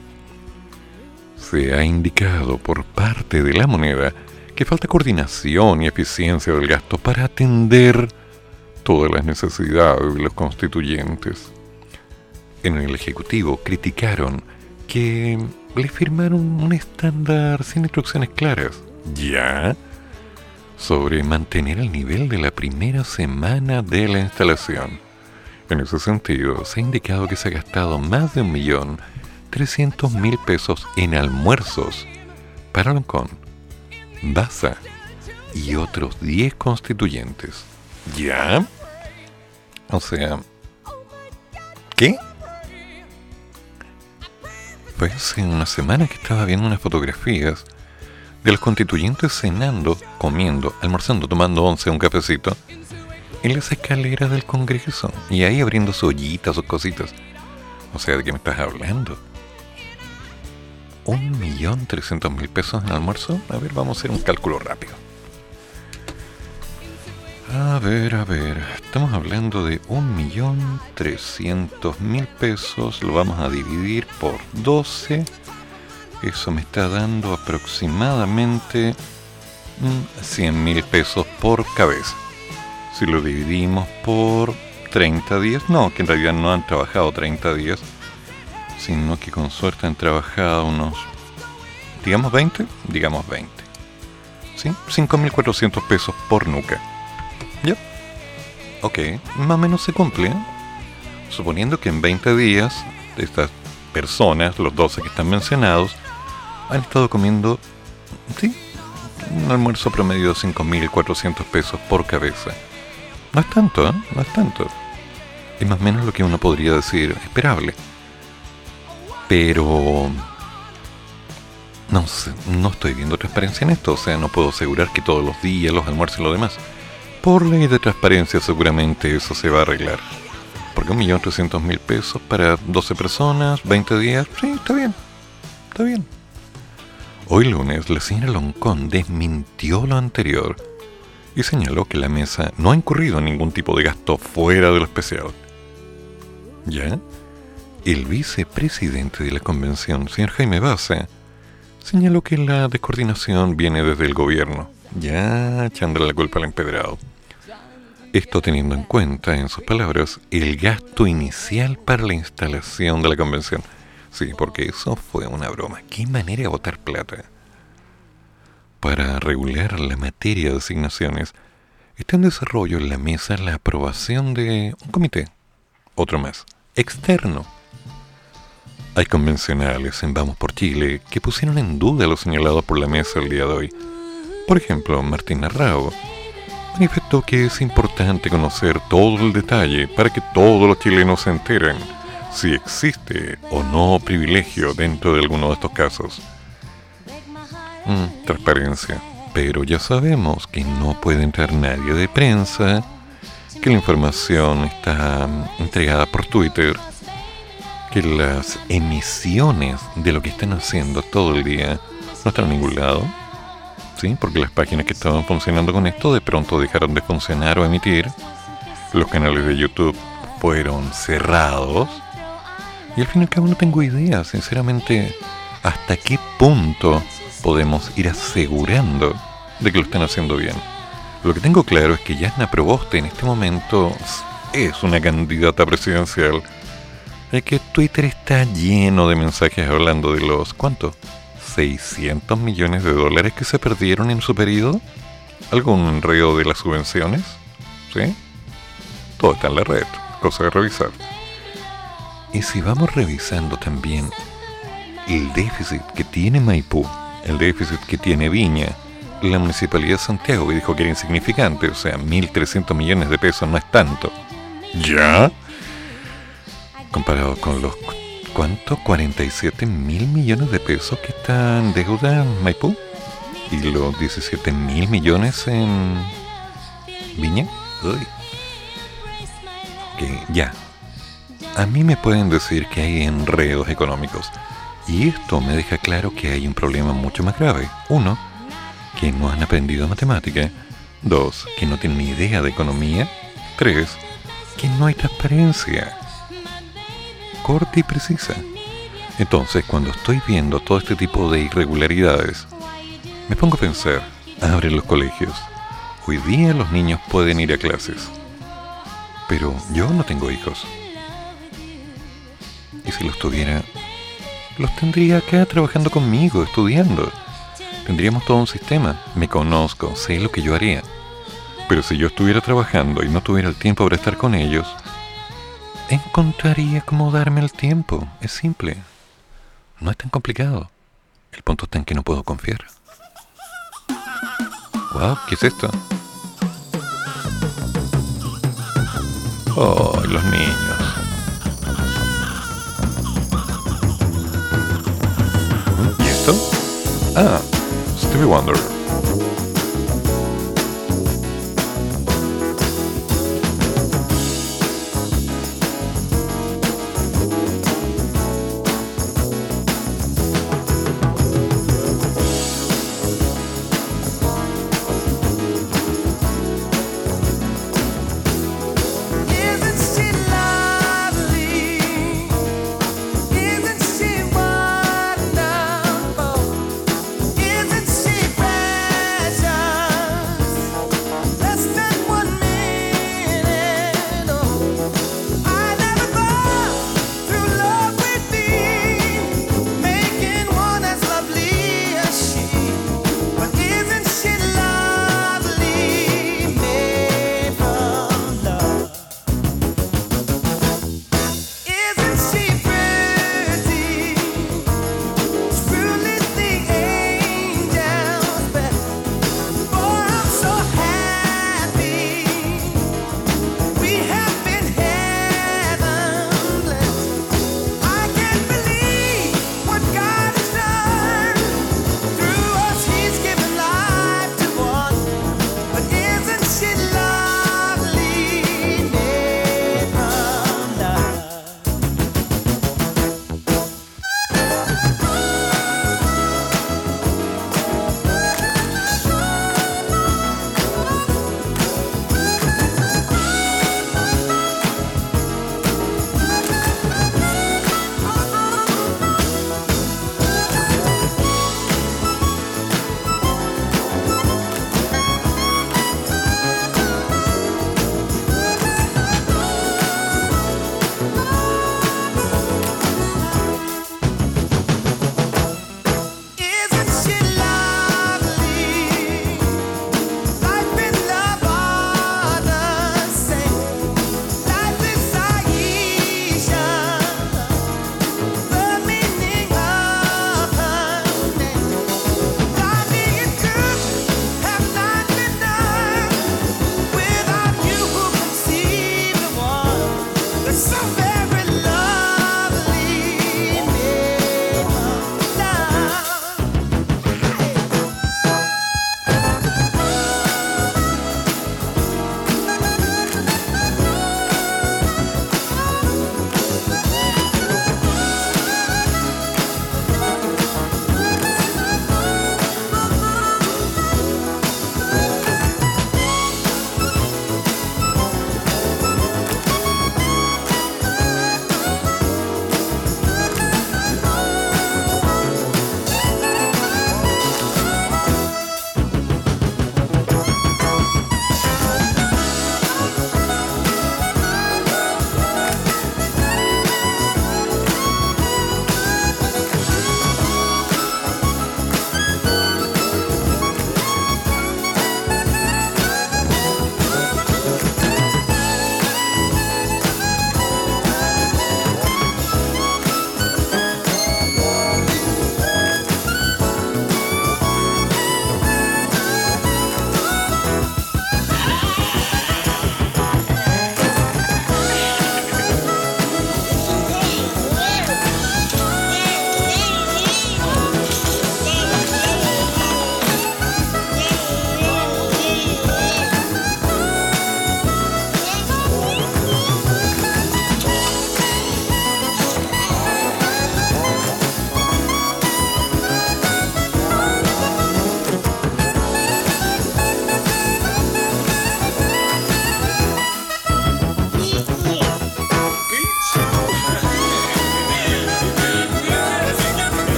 Speaker 2: Se ha indicado por parte de la moneda que falta coordinación y eficiencia del gasto para atender todas las necesidades de los constituyentes. En el Ejecutivo criticaron que le firmaron un estándar sin instrucciones claras, ¿ya?, sobre mantener el nivel de la primera semana de la instalación. En ese sentido, se ha indicado que se ha gastado más de un millón trescientos mil pesos en almuerzos para Loncón, Baza y otros diez constituyentes. ¿Ya? O sea, ¿Qué? Fue hace una semana que estaba viendo unas fotografías de los constituyentes cenando, comiendo, almorzando, tomando once, un cafecito, en las escaleras del Congreso, y ahí abriendo sus ollitas, sus cositas. O sea, ¿de qué me estás hablando? ¿Un millón trescientos mil pesos en almuerzo? A ver, vamos a hacer un cálculo rápido. A ver, a ver, estamos hablando de un millón trescientos mil pesos, lo vamos a dividir por doce, eso me está dando aproximadamente cien mil pesos por cabeza. Si lo dividimos por treinta días, no, que en realidad no han trabajado treinta días, sino que con suerte han trabajado unos, digamos veinte, digamos veinte, ¿sí? cinco mil cuatrocientos pesos por nuca. Ya, ok, más o menos se cumple, ¿eh? Suponiendo que en veinte días estas personas, los doce que están mencionados, han estado comiendo, sí, un almuerzo promedio de cinco mil cuatrocientos pesos por cabeza. No es tanto, ¿eh? No es tanto. Es más o menos lo que uno podría decir esperable. Pero no sé, no estoy viendo transparencia en esto, o sea, no puedo asegurar que todos los días los almuerzos y lo demás. Por ley de transparencia seguramente eso se va a arreglar. Porque un millón trescientos mil pesos para doce personas, veinte días, sí, está bien, está bien. Hoy lunes la señora Loncón desmintió lo anterior y señaló que la mesa no ha incurrido en ningún tipo de gasto fuera de lo especial. ¿Ya? El vicepresidente de la convención, señor Jaime Baza, señaló que la descoordinación viene desde el gobierno, ya echándole la culpa al empedrado. Esto teniendo en cuenta, en sus palabras, el gasto inicial para la instalación de la convención. Sí, porque eso fue una broma. ¿Qué manera de botar plata? Para regular la materia de asignaciones, está en desarrollo en la mesa la aprobación de un comité, otro más, externo. Hay convencionales en Vamos por Chile que pusieron en duda lo señalado por la mesa el día de hoy. Por ejemplo, Martín Arrao manifestó que es importante conocer todo el detalle para que todos los chilenos se enteren si existe o no privilegio dentro de alguno de estos casos. Mm, transparencia. Pero ya sabemos que no puede entrar nadie de prensa, que la información está entregada por Twitter, que las emisiones de lo que están haciendo todo el día no están en ningún lado. ¿Sí? Porque las páginas que estaban funcionando con esto de pronto dejaron de funcionar o emitir. Los canales de YouTube fueron cerrados. Y al fin y al cabo no tengo idea, sinceramente, hasta qué punto podemos ir asegurando de que lo están haciendo bien. Lo que tengo claro es que Jasna Proboste en este momento es una candidata presidencial. Es que Twitter está lleno de mensajes hablando de los... ¿cuánto? seiscientos millones de dólares que se perdieron en su periodo. ¿Algún enredo de las subvenciones? ¿Sí? Todo está en la red, cosa de revisar. Y si vamos revisando también el déficit que tiene Maipú, el déficit que tiene Viña, la Municipalidad de Santiago, que dijo que era insignificante, o sea, mil trescientos millones de pesos no es tanto. ¿Ya? Comparado con los... ¿cuánto? cuarenta y siete mil millones de pesos que está en deuda en Maipú. Y los diecisiete mil millones en Viña. Uy. Que ya. A mí me pueden decir que hay enredos económicos. Y esto me deja claro que hay un problema mucho más grave. Uno, que no han aprendido matemática. Dos, que no tienen ni idea de economía. Tres, que no hay transparencia. Corta y precisa. Entonces, cuando estoy viendo todo este tipo de irregularidades, me pongo a pensar, abren los colegios. Hoy día los niños pueden ir a clases. Pero yo no tengo hijos. Y si los tuviera, los tendría acá trabajando conmigo, estudiando. Tendríamos todo un sistema. Me conozco, sé lo que yo haría. Pero si yo estuviera trabajando y no tuviera el tiempo para estar con ellos, encontraría cómo darme el tiempo. Es simple. No es tan complicado. El punto está en que no puedo confiar. Wow, ¿qué es esto? Oh, los niños. esto? Ah, Stevie Wonder.
Speaker 3: Isn't she wonderful? Isn't she brave?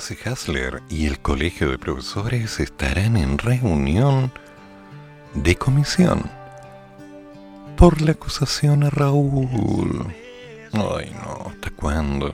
Speaker 2: Irase Hasler y el Colegio de Profesores estarán en reunión de comisión por la acusación a Raúl. Ay, no, ¿hasta cuándo?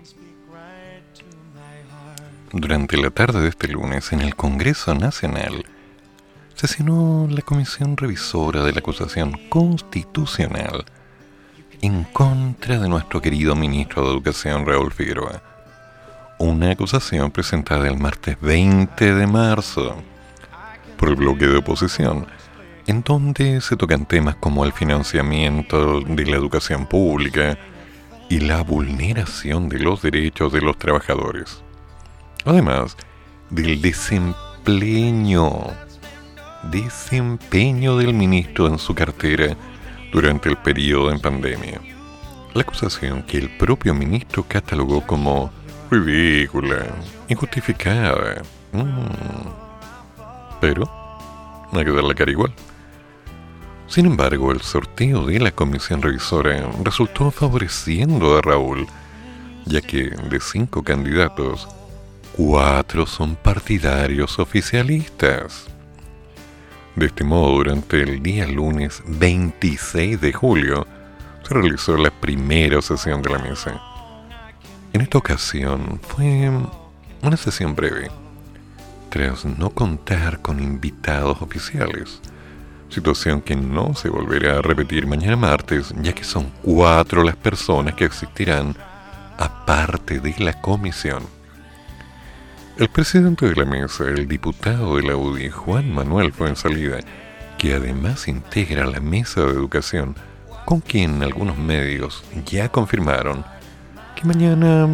Speaker 2: Durante la tarde de este lunes, en el Congreso Nacional, sesionó la Comisión Revisora de la Acusación Constitucional en contra de nuestro querido ministro de Educación, Raúl Figueroa. Una acusación presentada el martes veinte de marzo por el bloque de oposición, en donde se tocan temas como el financiamiento de la educación pública y la vulneración de los derechos de los trabajadores. Además del desempeño, desempeño del ministro en su cartera durante el periodo en pandemia. La acusación que el propio ministro catalogó como ridícula, injustificada. Mm. Pero hay que dar la cara igual. Sin embargo, el sorteo de la comisión revisora resultó favoreciendo a Raúl, ya que de cinco candidatos, cuatro son partidarios oficialistas. De este modo, durante el día lunes veintiséis de julio, se realizó la primera sesión de la mesa. En esta ocasión fue una sesión breve, tras no contar con invitados oficiales, situación que no se volverá a repetir mañana martes, ya que son cuatro las personas que existirán aparte de la comisión. El presidente de la mesa, el diputado de la U D I, Juan Manuel Fuenzalida, que además integra la mesa de educación, con quien algunos medios ya confirmaron que mañana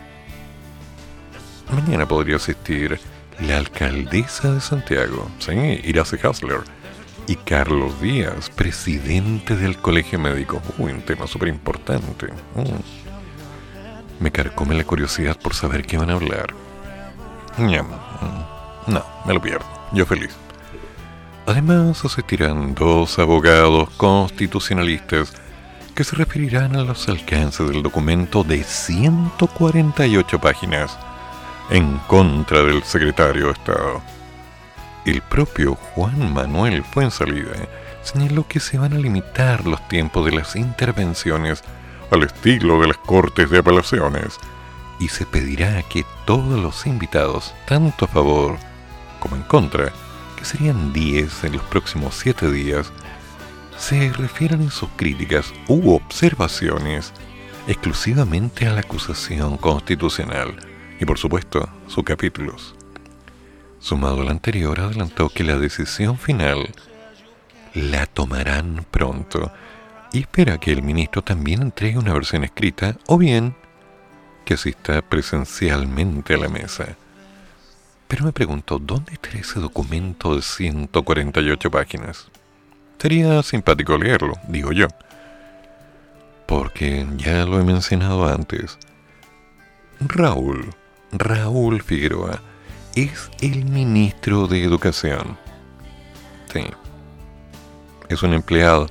Speaker 2: mañana podría asistir la alcaldesa de Santiago, sí, Irase Hasler, y Carlos Díaz, presidente del Colegio Médico. Uy, un tema súper importante. Mm. Me carcome la curiosidad por saber qué van a hablar. No, me lo pierdo. Yo feliz. Además, asistirán dos abogados constitucionalistas que se referirán a los alcances del documento de ciento cuarenta y ocho páginas en contra del secretario de Estado. El propio Juan Manuel Fuenzalida señaló que se van a limitar los tiempos de las intervenciones al estilo de las Cortes de Apelaciones y se pedirá que todos los invitados, tanto a favor como en contra, que serían diez en los próximos siete días, se refieran en sus críticas u observaciones exclusivamente a la acusación constitucional y, por supuesto, sus capítulos. Sumado al anterior, adelantó que la decisión final la tomarán pronto y espera que el ministro también entregue una versión escrita o bien que asista presencialmente a la mesa. Pero me pregunto, ¿dónde está ese documento de ciento cuarenta y ocho páginas? Sería simpático leerlo, digo yo, porque ya lo he mencionado antes. Raúl, Raúl Figueroa, es el ministro de Educación. Sí. Es un empleado.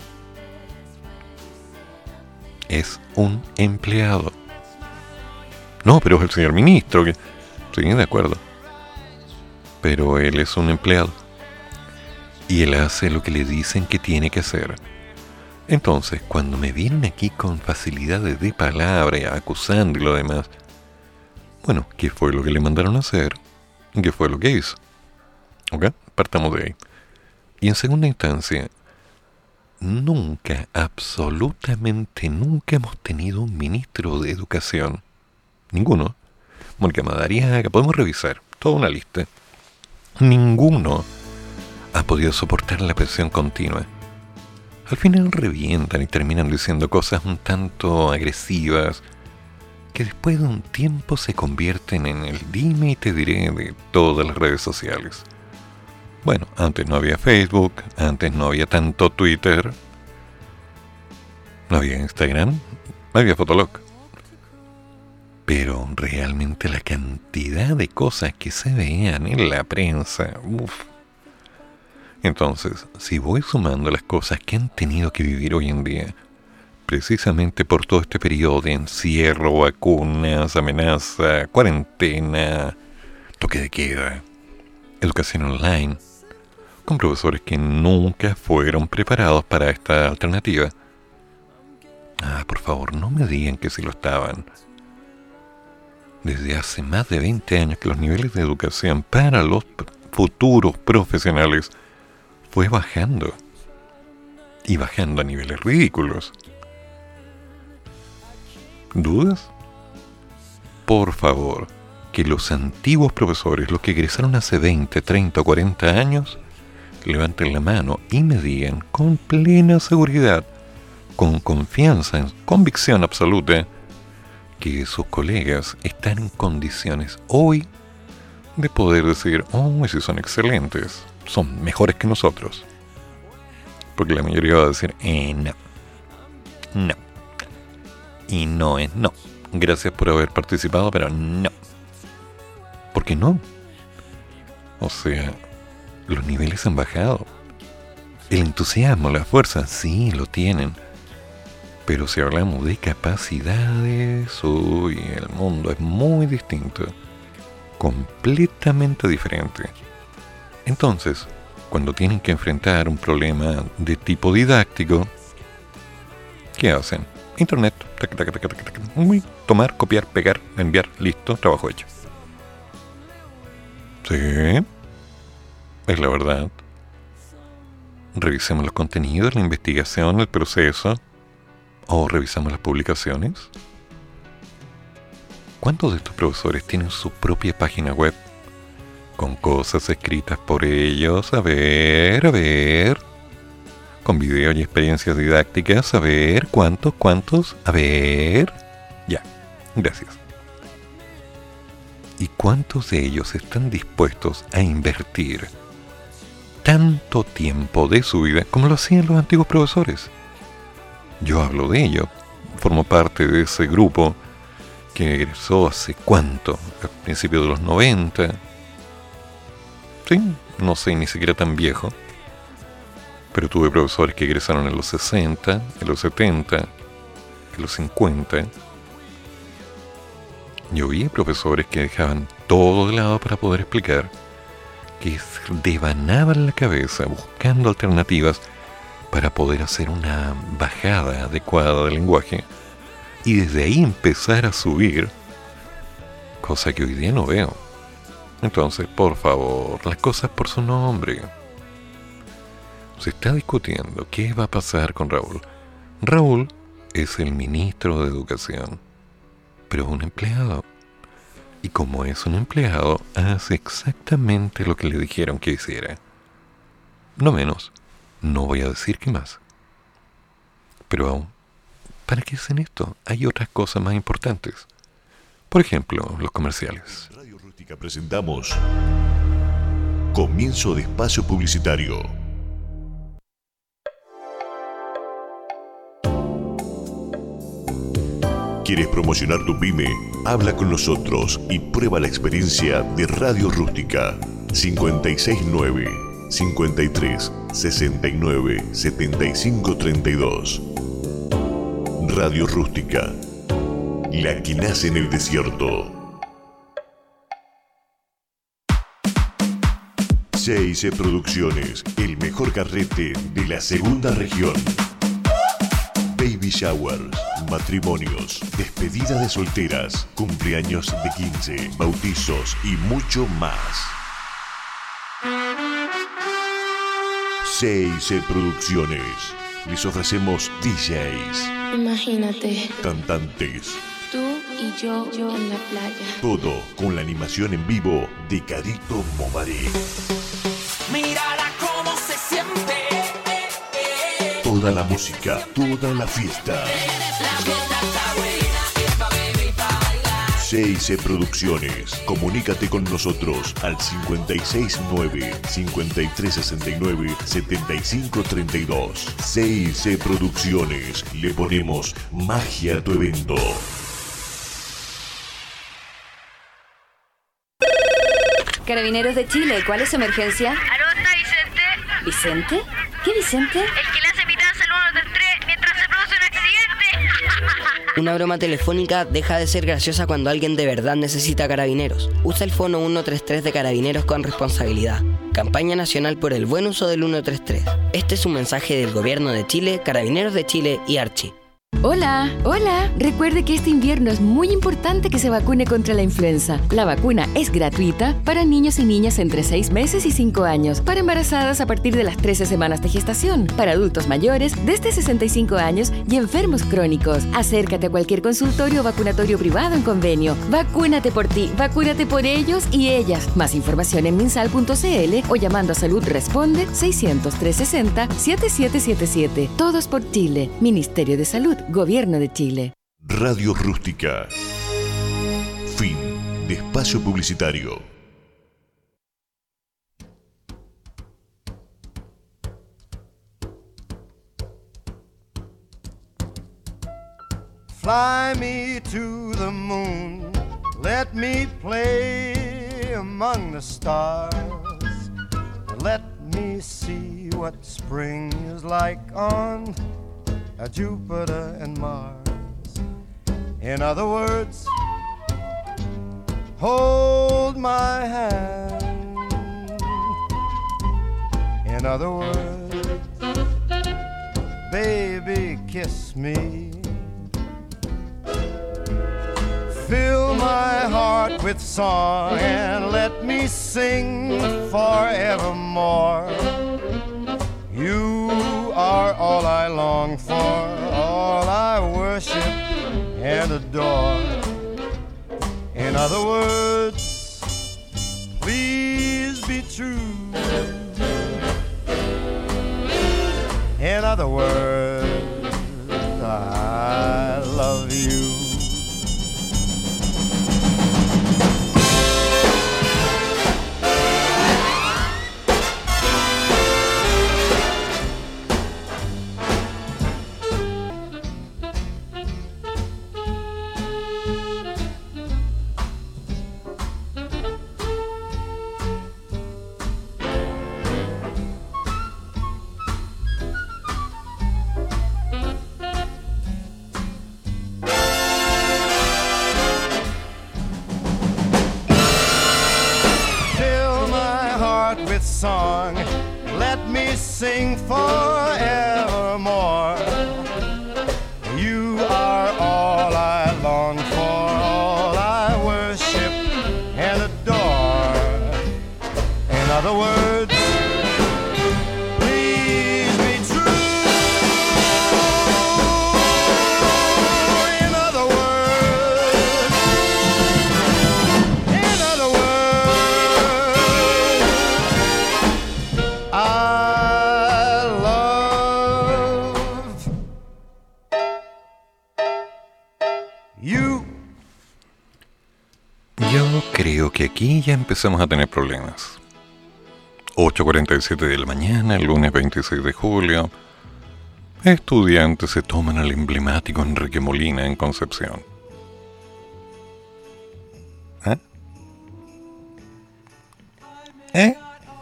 Speaker 2: Es un empleado. No, pero es el señor ministro. Que... Sí, de acuerdo. Pero él es un empleado. Y él hace lo que le dicen que tiene que hacer. Entonces, cuando me vienen aquí con facilidades de palabra, acusando y lo demás, bueno, ¿qué fue lo que le mandaron a hacer? ¿Qué fue lo que hizo? ¿Ok? Partamos de ahí. Y en segunda instancia, nunca, absolutamente nunca hemos tenido un ministro de Educación. Ninguno. Mónica Madariaga, podemos revisar toda una lista. Ninguno ha podido soportar la presión continua. Al final revientan y terminan diciendo cosas un tanto agresivas que después de un tiempo se convierten en el dime y te diré de todas las redes sociales. Bueno, antes no había Facebook, antes no había tanto Twitter, no había Instagram, no había Fotolog. Pero realmente la cantidad de cosas que se veían en la prensa, uff. Entonces, si voy sumando las cosas que han tenido que vivir hoy en día, precisamente por todo este periodo de encierro, vacunas, amenaza, cuarentena, toque de queda, educación online, con profesores que nunca fueron preparados para esta alternativa. Ah, por favor, no me digan que sí lo estaban. Desde hace más de veinte años que los niveles de educación para los futuros profesionales fue bajando. Y bajando a niveles ridículos. ¿Dudas? Por favor, que los antiguos profesores, los que egresaron hace veinte, treinta o cuarenta años, levanten la mano y me digan con plena seguridad, con confianza, en convicción absoluta, que sus colegas están en condiciones hoy de poder decir, oh, si son excelentes, son mejores que nosotros. Porque la mayoría va a decir, eh, no, no. Y no es no. Gracias por haber participado, pero no. ¿Por qué no? O sea, los niveles han bajado. El entusiasmo, la fuerza, sí, lo tienen. Pero si hablamos de capacidades, uy, el mundo es muy distinto. Completamente diferente. Entonces, cuando tienen que enfrentar un problema de tipo didáctico, ¿qué hacen? Internet, tac, tac, tac, tac, tac, uy, tomar, copiar, pegar, enviar, listo, trabajo hecho. Sí, es la verdad. Revisemos los contenidos, la investigación, el proceso. ¿O revisamos las publicaciones? ¿Cuántos de estos profesores tienen su propia página web con cosas escritas por ellos? A ver, a ver. Con videos y experiencias didácticas. A ver, ¿cuántos, cuántos? A ver. Ya, gracias. ¿Y cuántos de ellos están dispuestos a invertir tanto tiempo de su vida como lo hacían los antiguos profesores? Yo hablo de ello, formo parte de ese grupo que egresó hace cuánto, a principios de los noventa. Sí, no soy ni siquiera tan viejo, pero tuve profesores que egresaron en los sesenta, en los setenta, en los cincuenta. Yo vi profesores que dejaban todo de lado para poder explicar, que devanaban la cabeza buscando alternativas para poder hacer una bajada adecuada del lenguaje y desde ahí empezar a subir, cosa que hoy día no veo. Entonces, por favor, las cosas por su nombre. Se está discutiendo qué va a pasar con Raúl. Raúl es el ministro de Educación, pero es un empleado. Y como es un empleado, hace exactamente lo que le dijeron que hiciera. No menos. No voy a decir qué más. Pero, ¿para qué hacen esto? Hay otras cosas más importantes. Por ejemplo, los comerciales.
Speaker 5: Radio Rústica presentamos Comienzo de Espacio Publicitario. ¿Quieres promocionar tu pyme? Habla con nosotros y prueba la experiencia de Radio Rústica. cincuenta y seis nueve cincuenta y tres sesenta y nueve setenta y cinco treinta y dos. Radio Rústica, la que nace en el desierto. C I C Producciones, el mejor carrete de la segunda región. Baby showers, matrimonios, despedidas de solteras, cumpleaños de quince, bautizos y mucho más. C I C Producciones. Les ofrecemos D Js.
Speaker 9: Imagínate.
Speaker 5: Cantantes.
Speaker 9: Tú y yo, yo en la playa.
Speaker 5: Todo con la animación en vivo de Carito Momaré.
Speaker 6: Mírala cómo se siente.
Speaker 5: Toda la música, toda la fiesta.
Speaker 6: La fiesta está buena, es pa' beber y pa' bailar.
Speaker 5: C I C Producciones. Comunícate con nosotros al cincuenta y seis nueve cincuenta y tres sesenta y nueve setenta y cinco treinta y dos. C I C Producciones. Le ponemos magia a tu evento.
Speaker 10: Carabineros de Chile, ¿cuál es su emergencia?
Speaker 11: ¿Aló, está Vicente?
Speaker 10: ¿Vicente? ¿Qué Vicente?
Speaker 11: El que le hace mitad al uno del tres mientras se produce un accidente. Una broma telefónica deja de ser graciosa cuando alguien de verdad necesita Carabineros. Usa el fono ciento treinta y tres de Carabineros con responsabilidad. Campaña nacional por el buen uso del ciento treinta y tres. Este es un mensaje del Gobierno de Chile, Carabineros de Chile y Archi.
Speaker 7: Hola, hola. Recuerde que este invierno es muy importante que se vacune contra la influenza. La vacuna es gratuita para niños y niñas entre seis meses y cinco años, para embarazadas a partir de las trece semanas de gestación, para adultos mayores desde sesenta y cinco años y enfermos crónicos. Acércate a cualquier consultorio o vacunatorio privado en convenio. Vacúnate por ti, vacúnate por ellos y ellas. Más información en minsal punto c l o llamando a Salud Responde seiscientos, trescientos sesenta, setenta y siete setenta y siete. Todos por Chile. Ministerio de Salud. Gobierno de Chile.
Speaker 5: Radio Rústica. Fin de espacio publicitario.
Speaker 3: Fly me to the moon, let me play among the stars, let me see what spring is like on Jupiter and Mars. In other words, hold my hand. In other words, baby, kiss me. Fill my heart with song and let me sing forevermore. You are all I long for, all I worship and adore. In other words, please be true. In other words, I love you. Song, let me sing forevermore. You are all I long for, all I worship and adore. In other words, please be true. In other words, in other words, I love you.
Speaker 2: Yo creo que aquí ya empezamos a tener problemas. ocho cuarenta y siete de la mañana, el lunes veintiséis de julio. Estudiantes se toman al emblemático Enrique Molina en Concepción. ¿Eh? ¿Eh?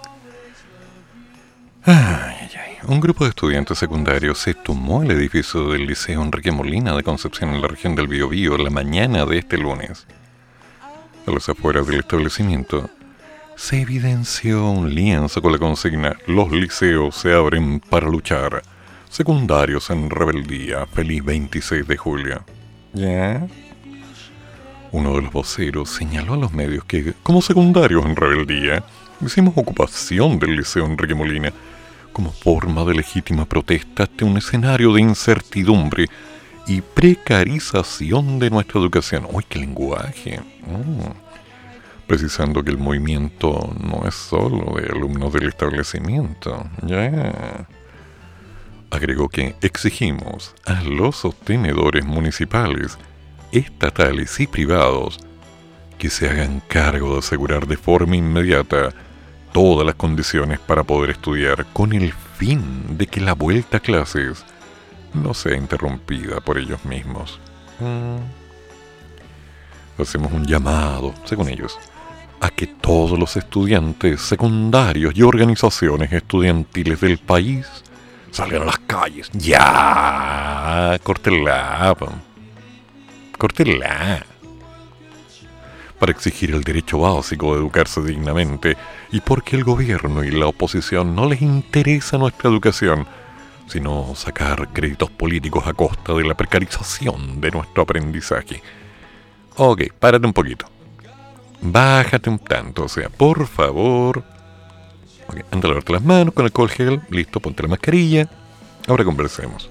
Speaker 2: Ay, ay, ay. Un grupo de estudiantes secundarios se tomó el edificio del Liceo Enrique Molina de Concepción en la región del Biobío la mañana de este lunes. A las afueras del establecimiento se evidenció un lienzo con la consigna: los liceos se abren para luchar. Secundarios en rebeldía. Feliz veintiséis de julio. ¿Ya? Uno de los voceros señaló a los medios que, como secundarios en rebeldía, hicimos ocupación del Liceo Enrique Molina como forma de legítima protesta ante un escenario de incertidumbre y precarización de nuestra educación. ¡Uy, qué lenguaje! Mm. Precisando que el movimiento no es solo de alumnos del establecimiento. Ya. Yeah. Agregó que exigimos a los sostenedores municipales, estatales y privados que se hagan cargo de asegurar de forma inmediata todas las condiciones para poder estudiar, con el fin de que la vuelta a clases no sea interrumpida por ellos mismos. Mm. Hacemos un llamado, según ellos, a que todos los estudiantes secundarios y organizaciones estudiantiles del país salgan a las calles. ¡Ya! ¡Córtenla! córtela. Para exigir el derecho básico de educarse dignamente y porque el gobierno y la oposición no les interesa nuestra educación, sino sacar créditos políticos a costa de la precarización de nuestro aprendizaje. Ok, párate un poquito. Bájate un tanto, o sea, por favor. Okay, anda a lavarte las manos con alcohol gel, listo, ponte la mascarilla. Ahora conversemos.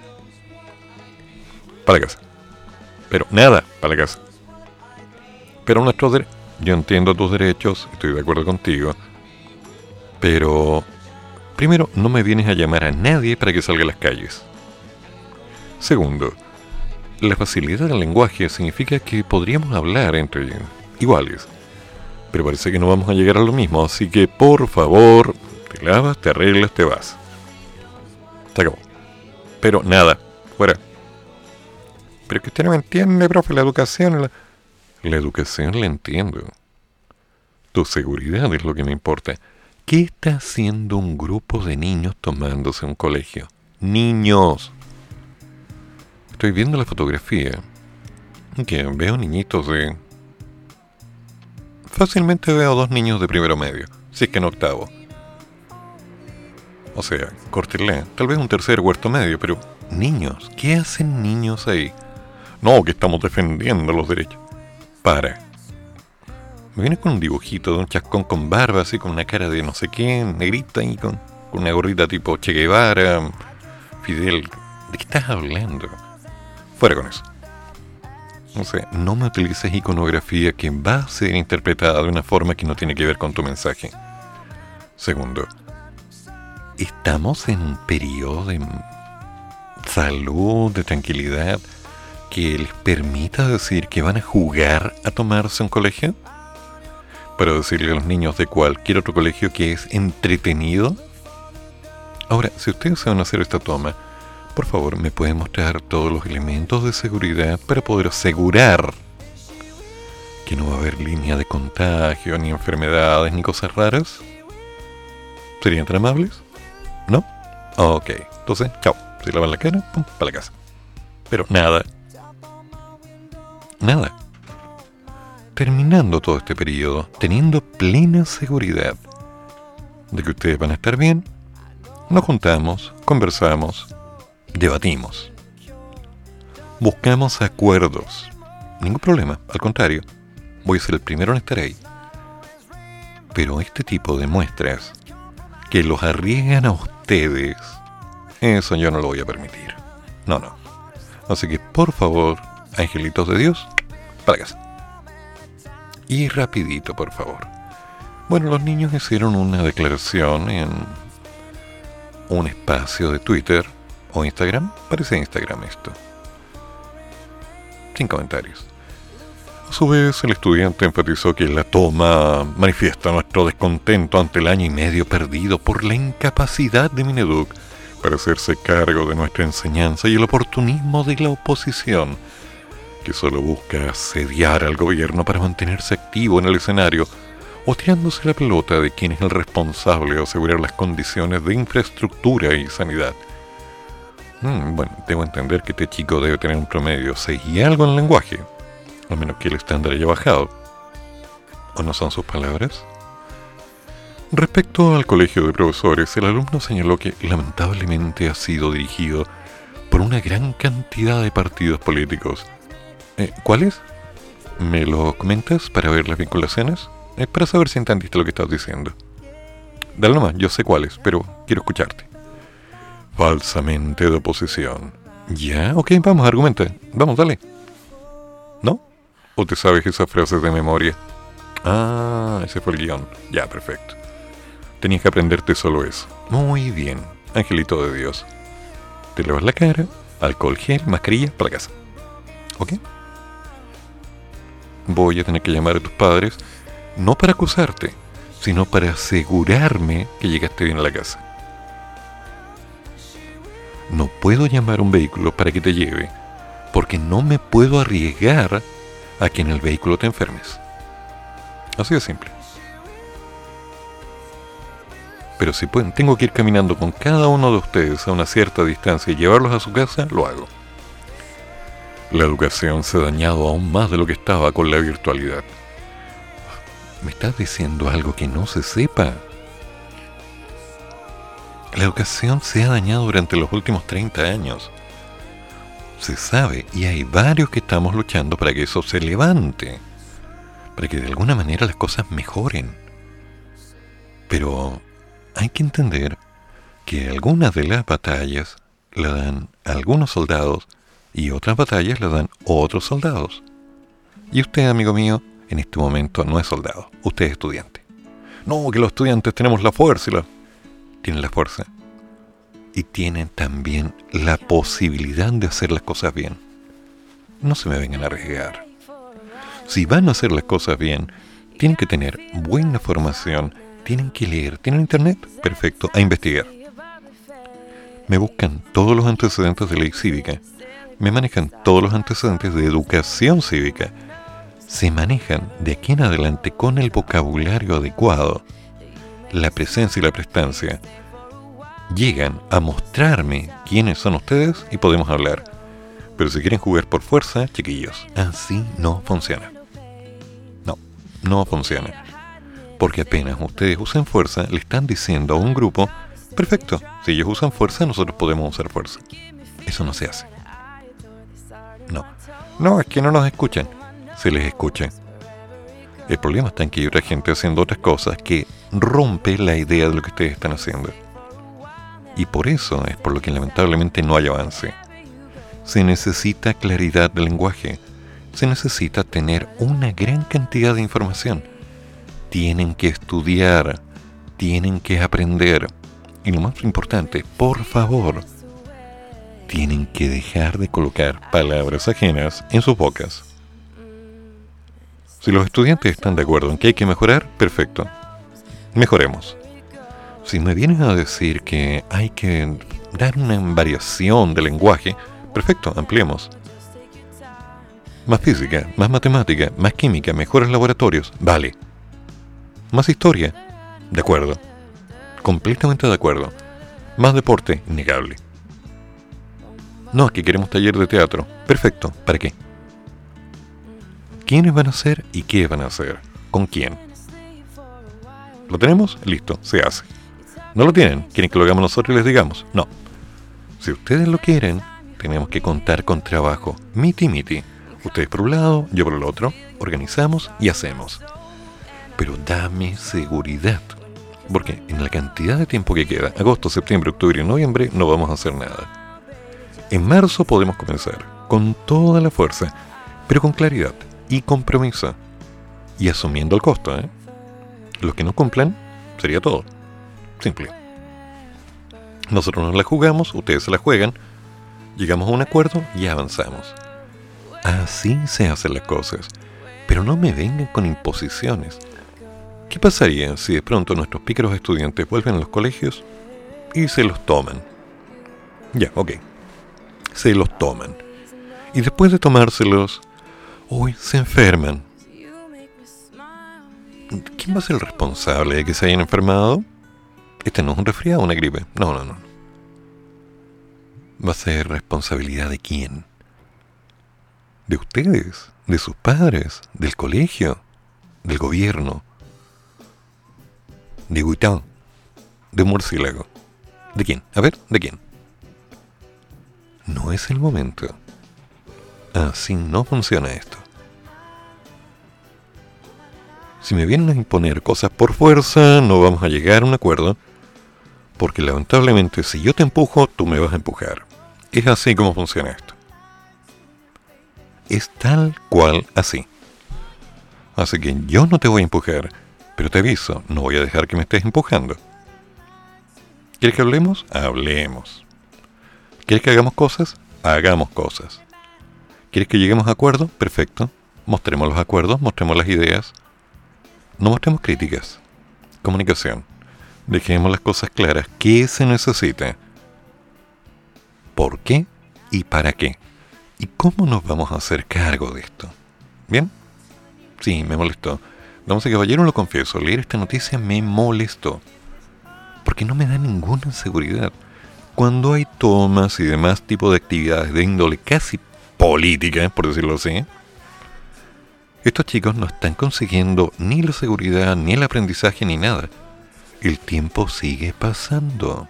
Speaker 2: Para la casa. Pero nada, para la casa. Pero nuestros derechos, yo entiendo tus derechos, estoy de acuerdo contigo, pero primero, no me vienes a llamar a nadie para que salga a las calles. Segundo, la facilidad del lenguaje significa que podríamos hablar entre iguales, pero parece que no vamos a llegar a lo mismo, así que por favor, te lavas, te arreglas, te vas. Se acabó. Pero nada, fuera. Pero que usted no me entiende, profe, la educación... La... La educación la entiendo. Tu seguridad es lo que me importa. ¿Qué está haciendo un grupo de niños tomándose un colegio? ¡Niños! Estoy viendo la fotografía. Que veo niñitos de... Fácilmente veo dos niños de primero medio, si es que no octavo. O sea, córtenle, tal vez un tercer cuarto medio, pero... Niños, ¿qué hacen niños ahí? No, que estamos defendiendo los derechos. Para. Me viene con un dibujito de un chascón con barba, así con una cara de no sé qué, negrita y con, con una gorrita tipo Che Guevara, Fidel. ¿De qué estás hablando? Fuera con eso. O sea, no me utilices iconografía que va a ser interpretada de una forma que no tiene que ver con tu mensaje. Segundo, estamos en un periodo de salud, de tranquilidad, que les permita decir que van a jugar a tomarse un colegio, para decirle a los niños de cualquier otro colegio que es entretenido. Ahora, si ustedes van a hacer esta toma, por favor, ¿me pueden mostrar todos los elementos de seguridad para poder asegurar que no va a haber línea de contagio, ni enfermedades, ni cosas raras? ¿Serían tan amables? ¿No? Ok, entonces, chao. Se lavan la cara, pum, para la casa. Pero nada. Nada. Terminando todo este periodo, teniendo plena seguridad de que ustedes van a estar bien, nos juntamos, conversamos, debatimos, buscamos acuerdos. Ningún problema, al contrario, voy a ser el primero en estar ahí. Pero este tipo de muestras que los arriesgan a ustedes, eso yo no lo voy a permitir. No, no. Así que, por favor, angelitos de Dios, para casa. Y rapidito, por favor. Bueno, los niños hicieron una declaración en un espacio de Twitter o Instagram. Parece Instagram esto. Sin comentarios. A su vez, el estudiante enfatizó que la toma manifiesta nuestro descontento ante el año y medio perdido por la incapacidad de Mineduc para hacerse cargo de nuestra enseñanza y el oportunismo de la oposición, que solo busca asediar al gobierno para mantenerse activo en el escenario o tirándose la pelota de quién es el responsable de asegurar las condiciones de infraestructura y sanidad. Hmm, bueno, debo entender que este chico debe tener un promedio seis y algo en el lenguaje, a menos que el estándar haya bajado. ¿O no son sus palabras? Respecto al colegio de profesores, el alumno señaló que lamentablemente ha sido dirigido por una gran cantidad de partidos políticos. Eh, ¿Cuáles? ¿Me lo comentas para ver las vinculaciones? Eh, para saber si entendiste lo que estás diciendo. Dale nomás, yo sé cuáles, pero quiero escucharte. Falsamente de oposición. Ya, ok, vamos, argumenta. Vamos, dale. ¿No? ¿O te sabes esas frases de memoria? Ah, ese fue el guión. Ya, perfecto. Tenías que aprenderte solo eso. Muy bien, angelito de Dios. Te lavas la cara, alcohol gel, mascarilla, para casa. ¿Ok? Voy a tener que llamar a tus padres, no para acusarte, sino para asegurarme que llegaste bien a la casa. No puedo llamar a un vehículo para que te lleve, porque no me puedo arriesgar a que en el vehículo te enfermes. Así de simple. Pero si pueden, tengo que ir caminando con cada uno de ustedes a una cierta distancia y llevarlos a su casa, lo hago. La educación se ha dañado aún más de lo que estaba con la virtualidad. ¿Me estás diciendo algo que no se sepa? La educación se ha dañado durante los últimos treinta años. Se sabe, y hay varios que estamos luchando para que eso se levante, para que de alguna manera las cosas mejoren. Pero hay que entender que algunas de las batallas la dan algunos soldados y otras batallas la dan otros soldados. Y usted, amigo mío, en este momento no es soldado, usted es estudiante. No, que los estudiantes tenemos la fuerza y la... Tienen la fuerza. Y tienen también la posibilidad de hacer las cosas bien. No se me vengan a arriesgar. Si van a hacer las cosas bien, tienen que tener buena formación, tienen que leer, tienen internet, perfecto, a investigar. Me buscan todos los antecedentes de ley cívica, me manejan todos los antecedentes de educación cívica, se manejan de aquí en adelante con el vocabulario adecuado, la presencia y la prestancia. Llegan a mostrarme quiénes son ustedes y podemos hablar. Pero si quieren jugar por fuerza, chiquillos, así no funciona. No, no funciona. Porque apenas ustedes usan fuerza, le están diciendo a un grupo, perfecto, si ellos usan fuerza, nosotros podemos usar fuerza. Eso no se hace. No, no, es que no nos escuchan. Se les escucha. El problema está en que hay otra gente haciendo otras cosas que rompe la idea de lo que ustedes están haciendo. Y por eso es por lo que lamentablemente no hay avance. Se necesita claridad de lenguaje. Se necesita tener una gran cantidad de información. Tienen que estudiar. Tienen que aprender. Y lo más importante, por favor, tienen que dejar de colocar palabras ajenas en sus bocas. Si los estudiantes están de acuerdo en que hay que mejorar, perfecto. Mejoremos. Si me vienen a decir que hay que dar una variación de lenguaje, perfecto, ampliemos. Más física, más matemática, más química, mejores laboratorios, vale. Más historia, de acuerdo. Completamente de acuerdo. Más deporte, innegable. No, es que queremos taller de teatro, perfecto, ¿para qué? ¿Quiénes van a hacer y qué van a hacer? ¿Con quién? ¿Lo tenemos? Listo, se hace. ¿No lo tienen? ¿Quieren que lo hagamos nosotros y les digamos? No. Si ustedes lo quieren, tenemos que contar con trabajo. Miti miti. Ustedes por un lado, yo por el otro. Organizamos y hacemos. Pero dame seguridad. Porque en la cantidad de tiempo que queda, agosto, septiembre, octubre y noviembre, no vamos a hacer nada. En marzo podemos comenzar. Con toda la fuerza. Pero con claridad y compromiso. Y asumiendo el costo, ¿eh? Los que no cumplan, sería todo. Simple. Nosotros nos la jugamos, ustedes se la juegan, llegamos a un acuerdo y avanzamos. Así se hacen las cosas. Pero no me vengan con imposiciones. ¿Qué pasaría si de pronto nuestros pícaros estudiantes vuelven a los colegios y se los toman? Ya, ok. Se los toman. Y después de tomárselos, uy, se enferman. ¿Quién va a ser el responsable de que se hayan enfermado? Este no es un resfriado o una gripe. No, no, no. ¿Va a ser responsabilidad de quién? ¿De ustedes? ¿De sus padres? ¿Del colegio? ¿Del gobierno? ¿De Huitán? ¿De Murciélago? ¿De quién? A ver, ¿de quién? No es el momento. Así no funciona esto. Si me vienen a imponer cosas por fuerza, no vamos a llegar a un acuerdo. Porque lamentablemente, si yo te empujo, tú me vas a empujar. Es así como funciona esto. Es tal cual así. Así que yo no te voy a empujar, pero te aviso, no voy a dejar que me estés empujando. ¿Quieres que hablemos? Hablemos. ¿Quieres que hagamos cosas? Hagamos cosas. ¿Quieres que lleguemos a acuerdos? Perfecto. Mostremos los acuerdos, mostremos las ideas. No mostremos críticas. Comunicación. Dejemos las cosas claras. ¿Qué se necesita? ¿Por qué? ¿Y para qué? ¿Y cómo nos vamos a hacer cargo de esto? ¿Bien? Sí, me molestó. Damas y caballeros, lo confieso, leer esta noticia me molestó. Porque no me da ninguna seguridad. Cuando hay tomas y demás tipos de actividades de índole casi política, por decirlo así, estos chicos no están consiguiendo ni la seguridad, ni el aprendizaje, ni nada. El tiempo sigue pasando.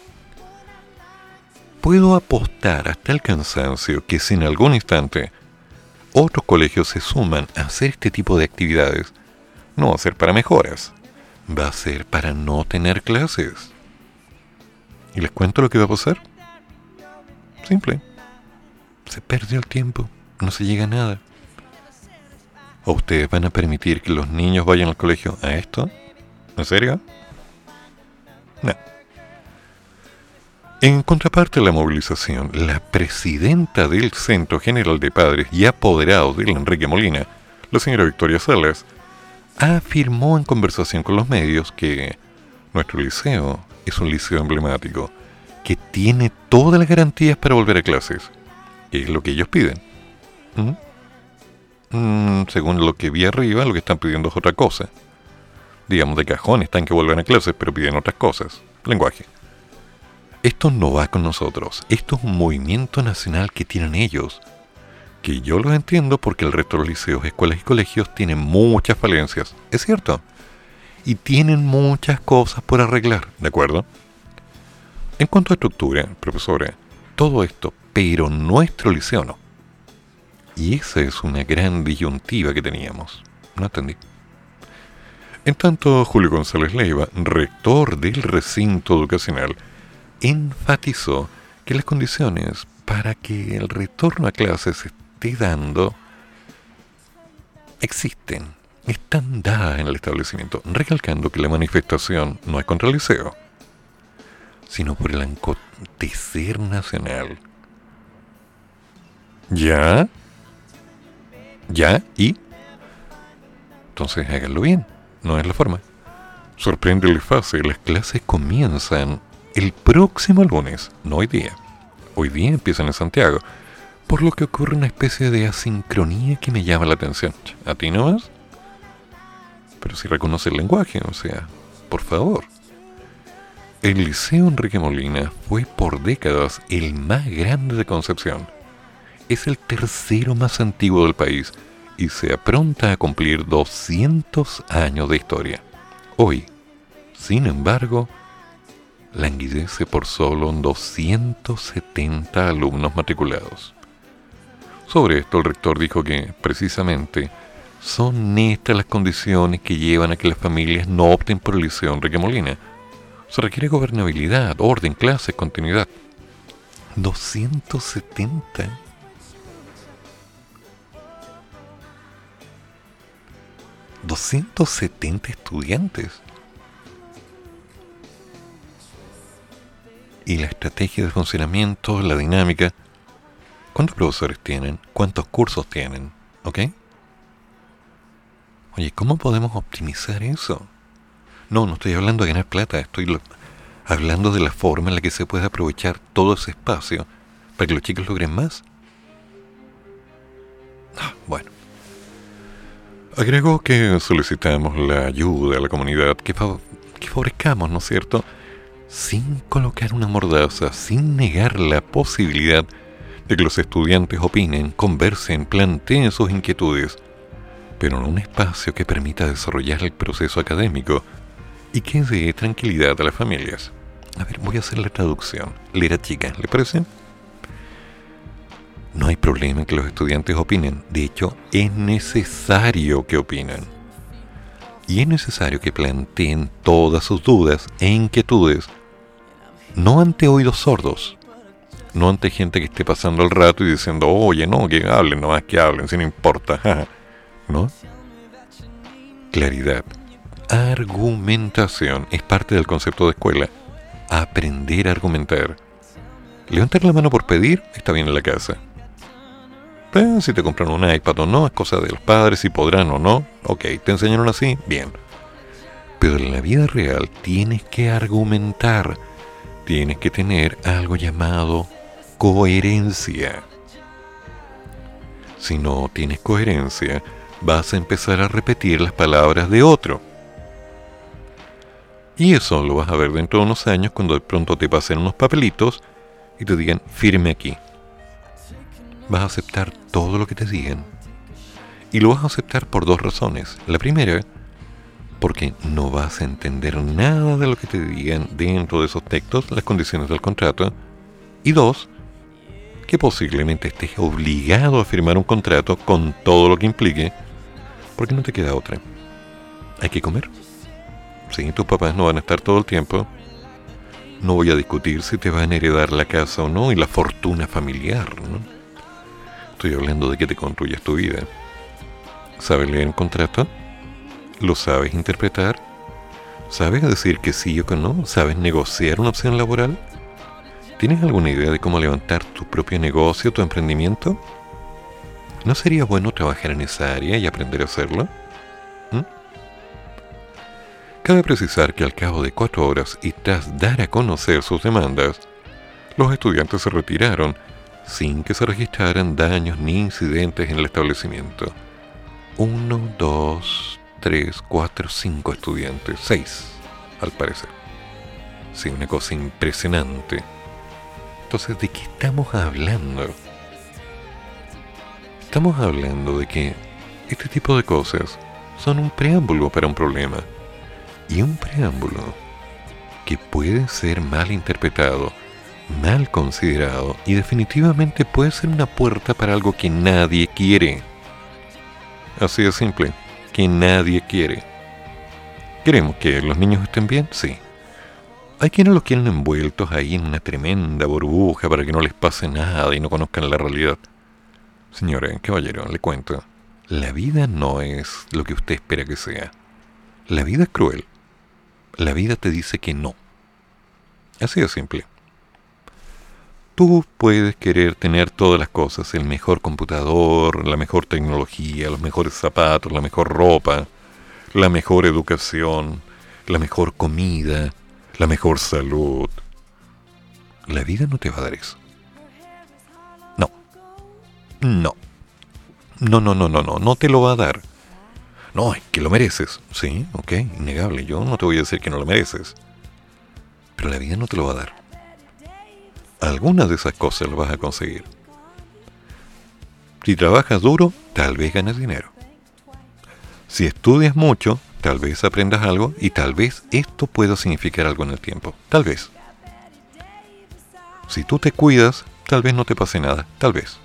Speaker 2: Puedo apostar hasta el cansancio que si en algún instante otros colegios se suman a hacer este tipo de actividades, no va a ser para mejoras, va a ser para no tener clases. ¿Y les cuento lo que va a pasar? Simple. Se perdió el tiempo, no se llega a nada. ¿O ustedes van a permitir que los niños vayan al colegio a esto? ¿En serio? No. En contraparte a la movilización, la presidenta del Centro General de Padres y Apoderados del Enrique Molina, la señora Victoria Salas, afirmó en conversación con los medios que nuestro liceo es un liceo emblemático, que tiene todas las garantías para volver a clases. Es lo que ellos piden. ¿Mm? Mm, según lo que vi arriba, lo que están pidiendo es otra cosa. Digamos, de cajón están que vuelvan a clases, pero piden otras cosas. Lenguaje. Esto no va con nosotros. Esto es un movimiento nacional que tienen ellos, que yo lo entiendo porque el resto de los liceos, escuelas y colegios tienen muchas falencias. Es cierto. Y tienen muchas cosas por arreglar, ¿de acuerdo? En cuanto a estructura, profesora, todo esto, pero nuestro liceo no. Y esa es una gran disyuntiva que teníamos. No entendí. En tanto, Julio González Leiva, rector del recinto educacional, enfatizó que las condiciones para que el retorno a clases se esté dando existen, están dadas en el establecimiento, recalcando que la manifestación no es contra el liceo, sino por el acontecer nacional. ¿Ya? ¿Ya? ¿Y? Entonces háganlo bien, no es la forma. Sorprende el fase, las clases comienzan el próximo lunes, no hoy día. Hoy día empiezan en Santiago, por lo que ocurre una especie de asincronía que me llama la atención. ¿A ti no más? Pero si reconoce el lenguaje, o sea, por favor. El Liceo Enrique Molina fue por décadas el más grande de Concepción. Es el tercero más antiguo del país y se apronta a cumplir doscientos años de historia. Hoy, sin embargo, languidece por solo doscientos setenta alumnos matriculados. Sobre esto, el rector dijo que, precisamente, son estas las condiciones que llevan a que las familias no opten por el Liceo Enrique Molina. Se requiere gobernabilidad, orden, clases, continuidad. doscientos setenta. doscientos setenta estudiantes. Y la estrategia de funcionamiento, la dinámica. ¿Cuántos profesores tienen? ¿Cuántos cursos tienen? ¿Ok? Oye, ¿cómo podemos optimizar eso? No, no estoy hablando de ganar plata, estoy lo, hablando de la forma en la que se puede aprovechar todo ese espacio para que los chicos logren más. Ah, bueno. Agregó que solicitamos la ayuda a la comunidad, que, fav- que favorezcamos, ¿no es cierto?, sin colocar una mordaza, sin negar la posibilidad de que los estudiantes opinen, conversen, planteen sus inquietudes, pero en un espacio que permita desarrollar el proceso académico y que dé tranquilidad a las familias. A ver, voy a hacer la traducción. Letra chica, ¿le parece? No hay problema en que los estudiantes opinen. De hecho, es necesario que opinen. Y es necesario que planteen todas sus dudas e inquietudes, no ante oídos sordos, no ante gente que esté pasando el rato y diciendo, oye, no, que hablen, no más que hablen, si no importa. ¿No? Claridad. Argumentación es parte del concepto de escuela. Aprender a argumentar. Levantar la mano por pedir está bien en la casa. Pero si te compran un iPad o no, es cosa de los padres, si podrán o no. Ok, ¿te enseñaron así? Bien. Pero en la vida real tienes que argumentar. Tienes que tener algo llamado coherencia. Si no tienes coherencia, vas a empezar a repetir las palabras de otro. Y eso lo vas a ver dentro de unos años cuando de pronto te pasen unos papelitos y te digan, firme aquí. vas a aceptar todo lo que te digan. Y lo vas a aceptar por dos razones. La primera, porque no vas a entender nada de lo que te digan dentro de esos textos, las condiciones del contrato. Y dos, que posiblemente estés obligado a firmar un contrato con todo lo que implique, porque no te queda otra. Hay que comer. Sí, tus papás no van a estar todo el tiempo. No voy a discutir si te van a heredar la casa o no y la fortuna familiar, ¿no? Estoy hablando de que te construyas tu vida. ¿Sabes leer un contrato? ¿Lo sabes interpretar? ¿Sabes decir que sí o que no? ¿Sabes negociar una opción laboral? ¿Tienes alguna idea de cómo levantar tu propio negocio, tu emprendimiento? ¿No sería bueno trabajar en esa área y aprender a hacerlo? ¿Mm? Cabe precisar que al cabo de cuatro horas y tras dar a conocer sus demandas, los estudiantes se retiraron sin que se registraran daños ni incidentes en el establecimiento. Uno, dos, tres, cuatro, cinco estudiantes. Seis, al parecer. Sí, una cosa impresionante. Entonces, ¿de qué estamos hablando? Estamos hablando de que este tipo de cosas son un preámbulo para un problema. Y un preámbulo que puede ser mal interpretado, mal considerado y definitivamente puede ser una puerta para algo que nadie quiere. Así de simple, que nadie quiere. ¿Queremos que los niños estén bien? Sí. Hay quienes los quieren envueltos ahí en una tremenda burbuja para que no les pase nada y no conozcan la realidad. Señores, caballero, le cuento. La vida no es lo que usted espera que sea. La vida es cruel. La vida te dice que no. Así de simple. Tú puedes querer tener todas las cosas, el mejor computador, la mejor tecnología, los mejores zapatos, la mejor ropa, la mejor educación, la mejor comida, la mejor salud. La vida no te va a dar eso. No. No. No, no, no, no, no, no te lo va a dar. No, es que lo mereces. Sí, ok, innegable. Yo no te voy a decir que no lo mereces. Pero la vida no te lo va a dar. Algunas de esas cosas las vas a conseguir. Si trabajas duro, tal vez ganes dinero. Si estudias mucho, tal vez aprendas algo y tal vez esto pueda significar algo en el tiempo. Tal vez. Si tú te cuidas, tal vez no te pase nada. Tal vez.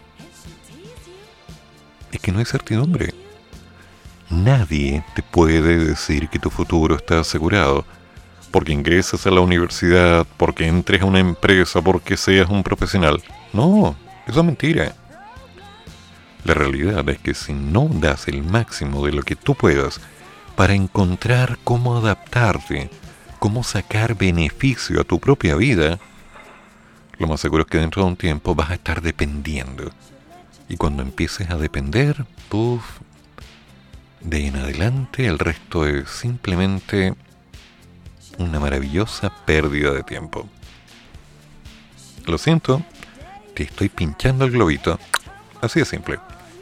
Speaker 2: Es que no hay certidumbre. Nadie te puede decir que tu futuro está asegurado porque ingresas a la universidad, porque entres a una empresa, porque seas un profesional. No, eso es mentira. La realidad es que si no das el máximo de lo que tú puedas para encontrar cómo adaptarte, cómo sacar beneficio a tu propia vida, lo más seguro es que dentro de un tiempo vas a estar dependiendo. Y cuando empieces a depender, puff, de ahí en adelante el resto es simplemente una maravillosa pérdida de tiempo. Lo siento, te estoy pinchando el globito. Así de simple.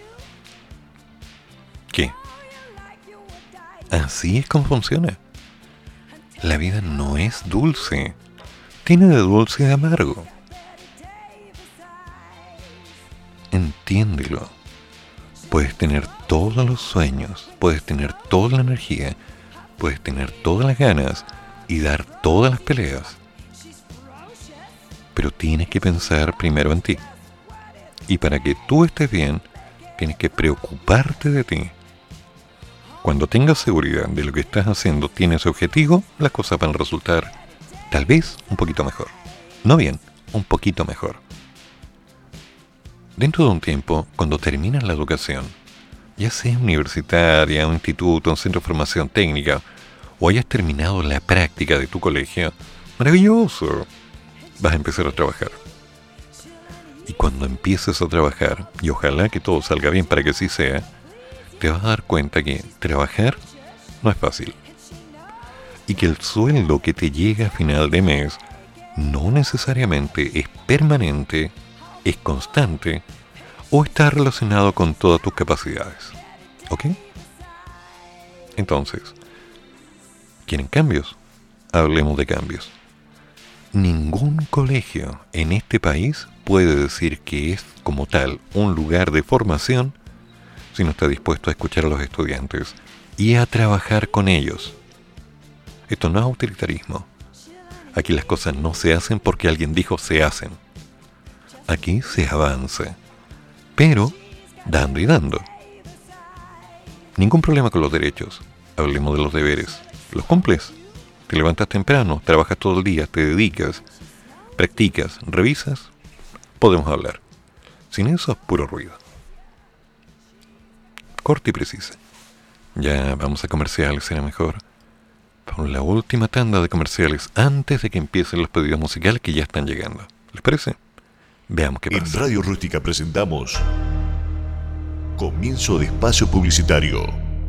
Speaker 2: ¿Qué? Así es como funciona. La vida no es dulce. Tiene de dulce y de amargo. Entiéndelo. Puedes tener todos los sueños, puedes tener toda la energía, puedes tener todas las ganas y dar todas las peleas. Pero tienes que pensar primero en ti. Y para que tú estés bien, tienes que preocuparte de ti. Cuando tengas seguridad de lo que estás haciendo, tienes objetivo, las cosas van a resultar tal vez un poquito mejor. No bien, un poquito mejor. Dentro de un tiempo, cuando terminas la educación, ya sea universitaria, un instituto, un centro de formación técnica, o hayas terminado la práctica de tu colegio, maravilloso, vas a empezar a trabajar. Y cuando empieces a trabajar, y ojalá que todo salga bien para que así sea, te vas a dar cuenta que trabajar no es fácil. Y que el sueldo que te llega a final de mes no necesariamente es permanente, es constante o está relacionado con todas tus capacidades. ¿Ok? Entonces, ¿quieren cambios? Hablemos de cambios. Ningún colegio en este país puede decir que es como tal un lugar de formación si no está dispuesto a escuchar a los estudiantes y a trabajar con ellos. Esto no es utilitarismo. Aquí las cosas no se hacen porque alguien dijo se hacen. Aquí se avanza, pero dando y dando. Ningún problema con los derechos. Hablemos de los deberes. ¿Los cumples? Te levantas temprano, trabajas todo el día, te dedicas, practicas, revisas. Podemos hablar. Sin eso, puro ruido. Corta y precisa. Ya vamos a comerciales, será mejor. Por la última tanda de comerciales antes de que empiecen los pedidos musicales que ya están llegando. ¿Les parece? Veamos qué pasa.
Speaker 5: En Radio Rústica presentamos Comienzo de Espacio Publicitario.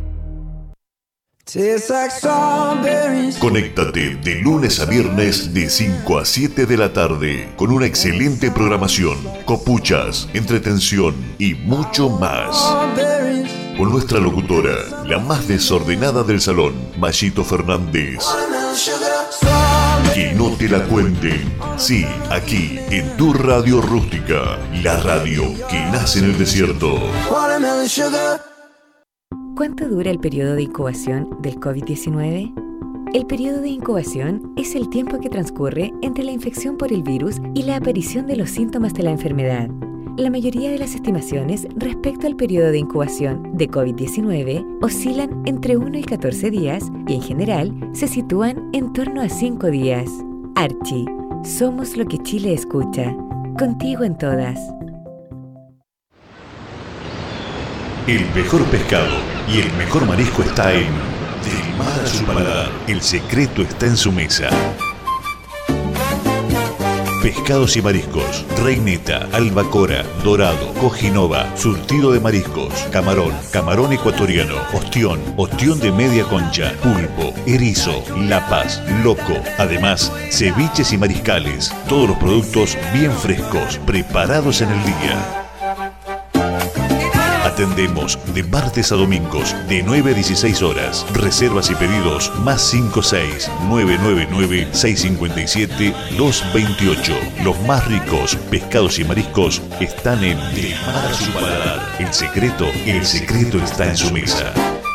Speaker 5: Conéctate de lunes a viernes de cinco a siete de la tarde con una excelente programación, copuchas, entretención y mucho más. Con nuestra locutora, la más desordenada del salón, Mayito Fernández. Que no te la cuenten. Sí, aquí, en tu Radio Rústica, la radio que nace en el desierto.
Speaker 12: ¿Cuánto dura el periodo de incubación del COVID diecinueve? El periodo de incubación es el tiempo que transcurre entre la infección por el virus y la aparición de los síntomas de la enfermedad. La mayoría de las estimaciones respecto al periodo de incubación de COVID diecinueve oscilan entre uno y catorce días y en general se sitúan en torno a cinco días. Archi, somos lo que Chile escucha. Contigo en todas.
Speaker 5: El mejor pescado y el mejor marisco está en Del mar a su paladar. El secreto está en su mesa. Pescados y mariscos, reineta, albacora, dorado, cojinova, surtido de mariscos, camarón, camarón ecuatoriano, ostión, ostión de media concha, pulpo, erizo, lapas, loco. Además, ceviches y mariscales, todos los productos bien frescos, preparados en el día. Atendemos de martes a domingos de nueve a dieciséis horas. Reservas y pedidos más cinco seis nueve nueve nueve seis cinco siete dos dos ocho. Los más ricos pescados y mariscos están en De Mar a su Paladar. El secreto, el secreto está en su mesa.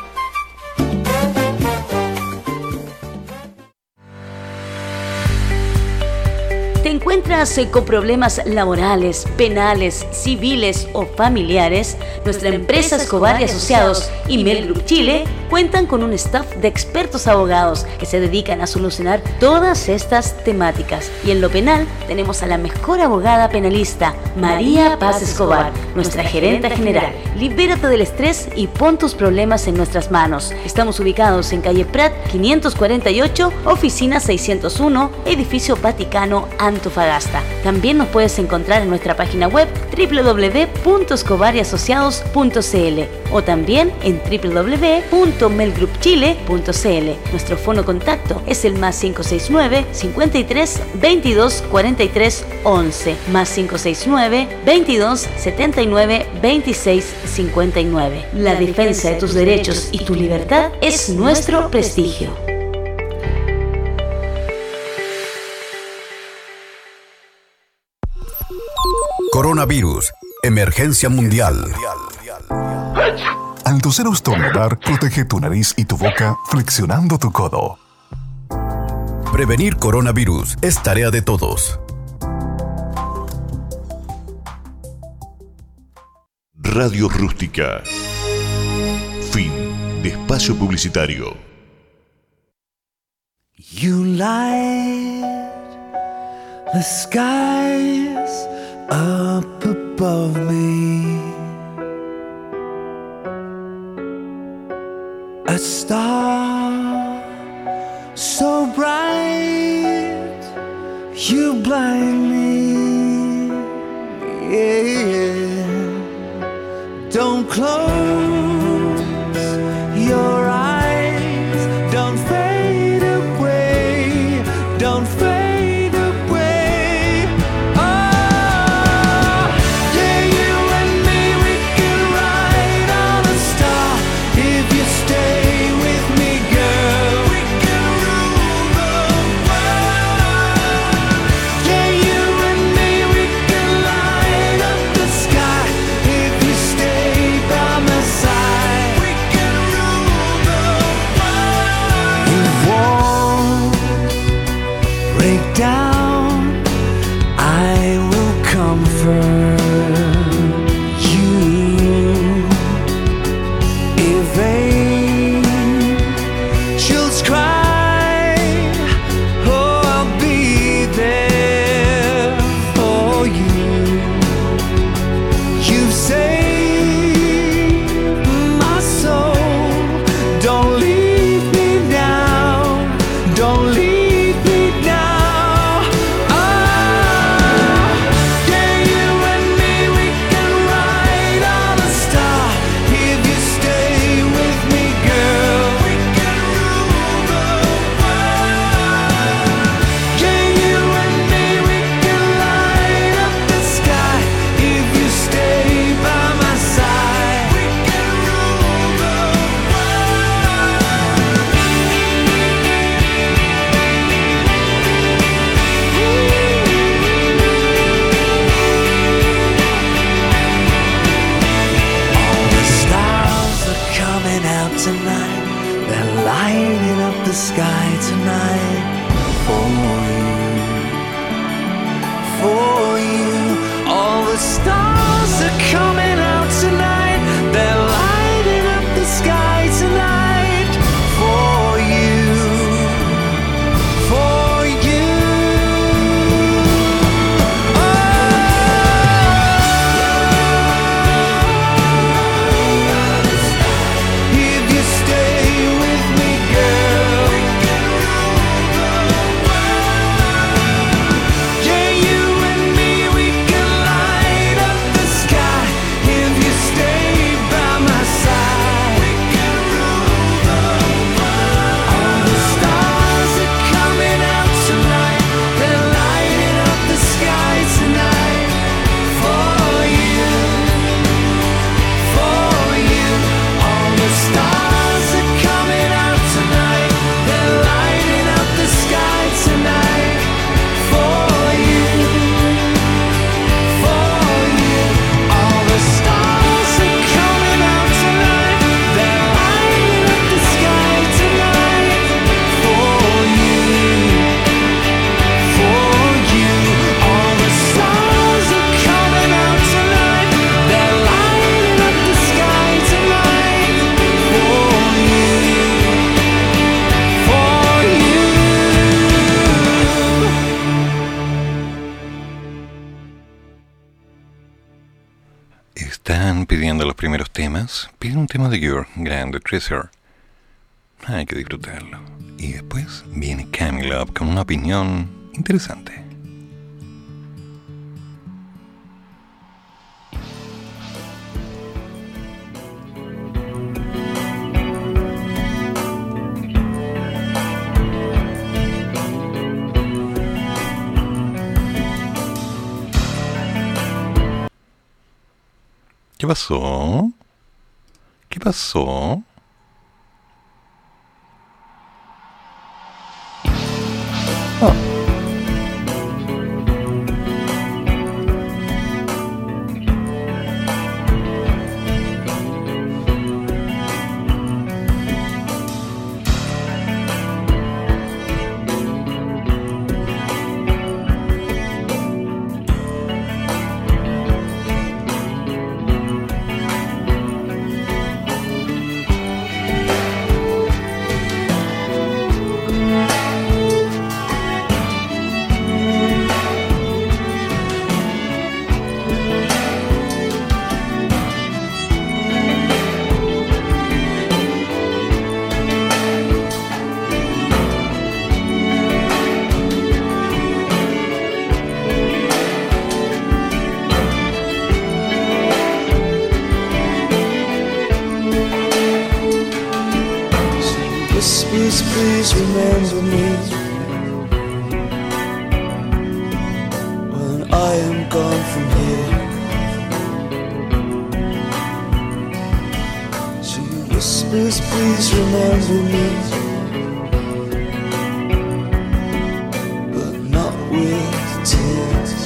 Speaker 1: ¿Te encuentras con problemas laborales, penales, civiles o familiares? Nuestra empresa Escobar y Asociados y Mel Group Chile cuentan con un staff de expertos abogados que se dedican a solucionar todas estas temáticas. Y en lo penal tenemos a la mejor abogada penalista, María Paz Escobar, nuestra gerenta general. Libérate del estrés y pon tus problemas en nuestras manos. Estamos ubicados en calle Prat quinientos cuarenta y ocho, oficina seiscientos uno, edificio Vaticano, Antofagasta. También nos puedes encontrar en nuestra página web doble u doble u doble u punto escobar y asociados punto c l o también en doble u doble u doble u punto mel group chile punto c l. Nuestro fono contacto es el más cinco seis nueve, cincuenta y tres, veintidós, cuarenta y tres, once, más cinco seis nueve, veintidós, setenta y nueve, veintiséis, cincuenta y nueve. La defensa de tus derechos y tu libertad es nuestro prestigio.
Speaker 13: Coronavirus, emergencia mundial.
Speaker 14: Al toser o estornudar, protege tu nariz y tu boca flexionando tu codo.
Speaker 13: Prevenir coronavirus es tarea de todos.
Speaker 5: Radio Rústica. Fin de espacio publicitario.
Speaker 3: You light the skies up above me. A star so bright, you blind me. Yeah. Don't close your eyes, don't fade away, don't fade away. Oh, yeah, you and me, we can ride on a star. If you stay with me, girl, we can rule the world. Yeah, you and me, we can light comfort you. If angels cry, oh, I'll be there for you. You've saved my soul. Don't leave me now. Don't leave me now. Oh, yeah, you and me, we can ride on a star. If you stay with me, girl, we can rule the world. Yeah, you and me, we can light up the sky. If you stay by my side, we can rule the All the stars are coming out tonight. They're lighting up the sky tonight for you, for you. All the stars are coming out tonight. They're lighting up the sky tonight for you, for you. If you stay with me, girl, we can rule the world. Yeah, you and me, we can light up the sky. If you stay by my side, we can rule the world. All the stars are coming out tonight. They're lighting up the sky tonight for you, for you. All the stars are coming out tonight. They're lighting up the sky tonight for you, for you. All the stars are coming out tonight. They're lighting up the sky tonight for you, for you. All the stars are coming out tonight. They're lighting up the sky tonight for you, for you.
Speaker 2: Están pidiendo los primeros temas. Piden un tema de Your Grand Treasure. Hay que disfrutarlo. Y después viene Camila Up con una opinión interesante. ¿Qué pasó? ¿Qué pasó? Oh.
Speaker 3: Whispers, please remember me when I am gone from here. She whispers, please remember me, but not with tears.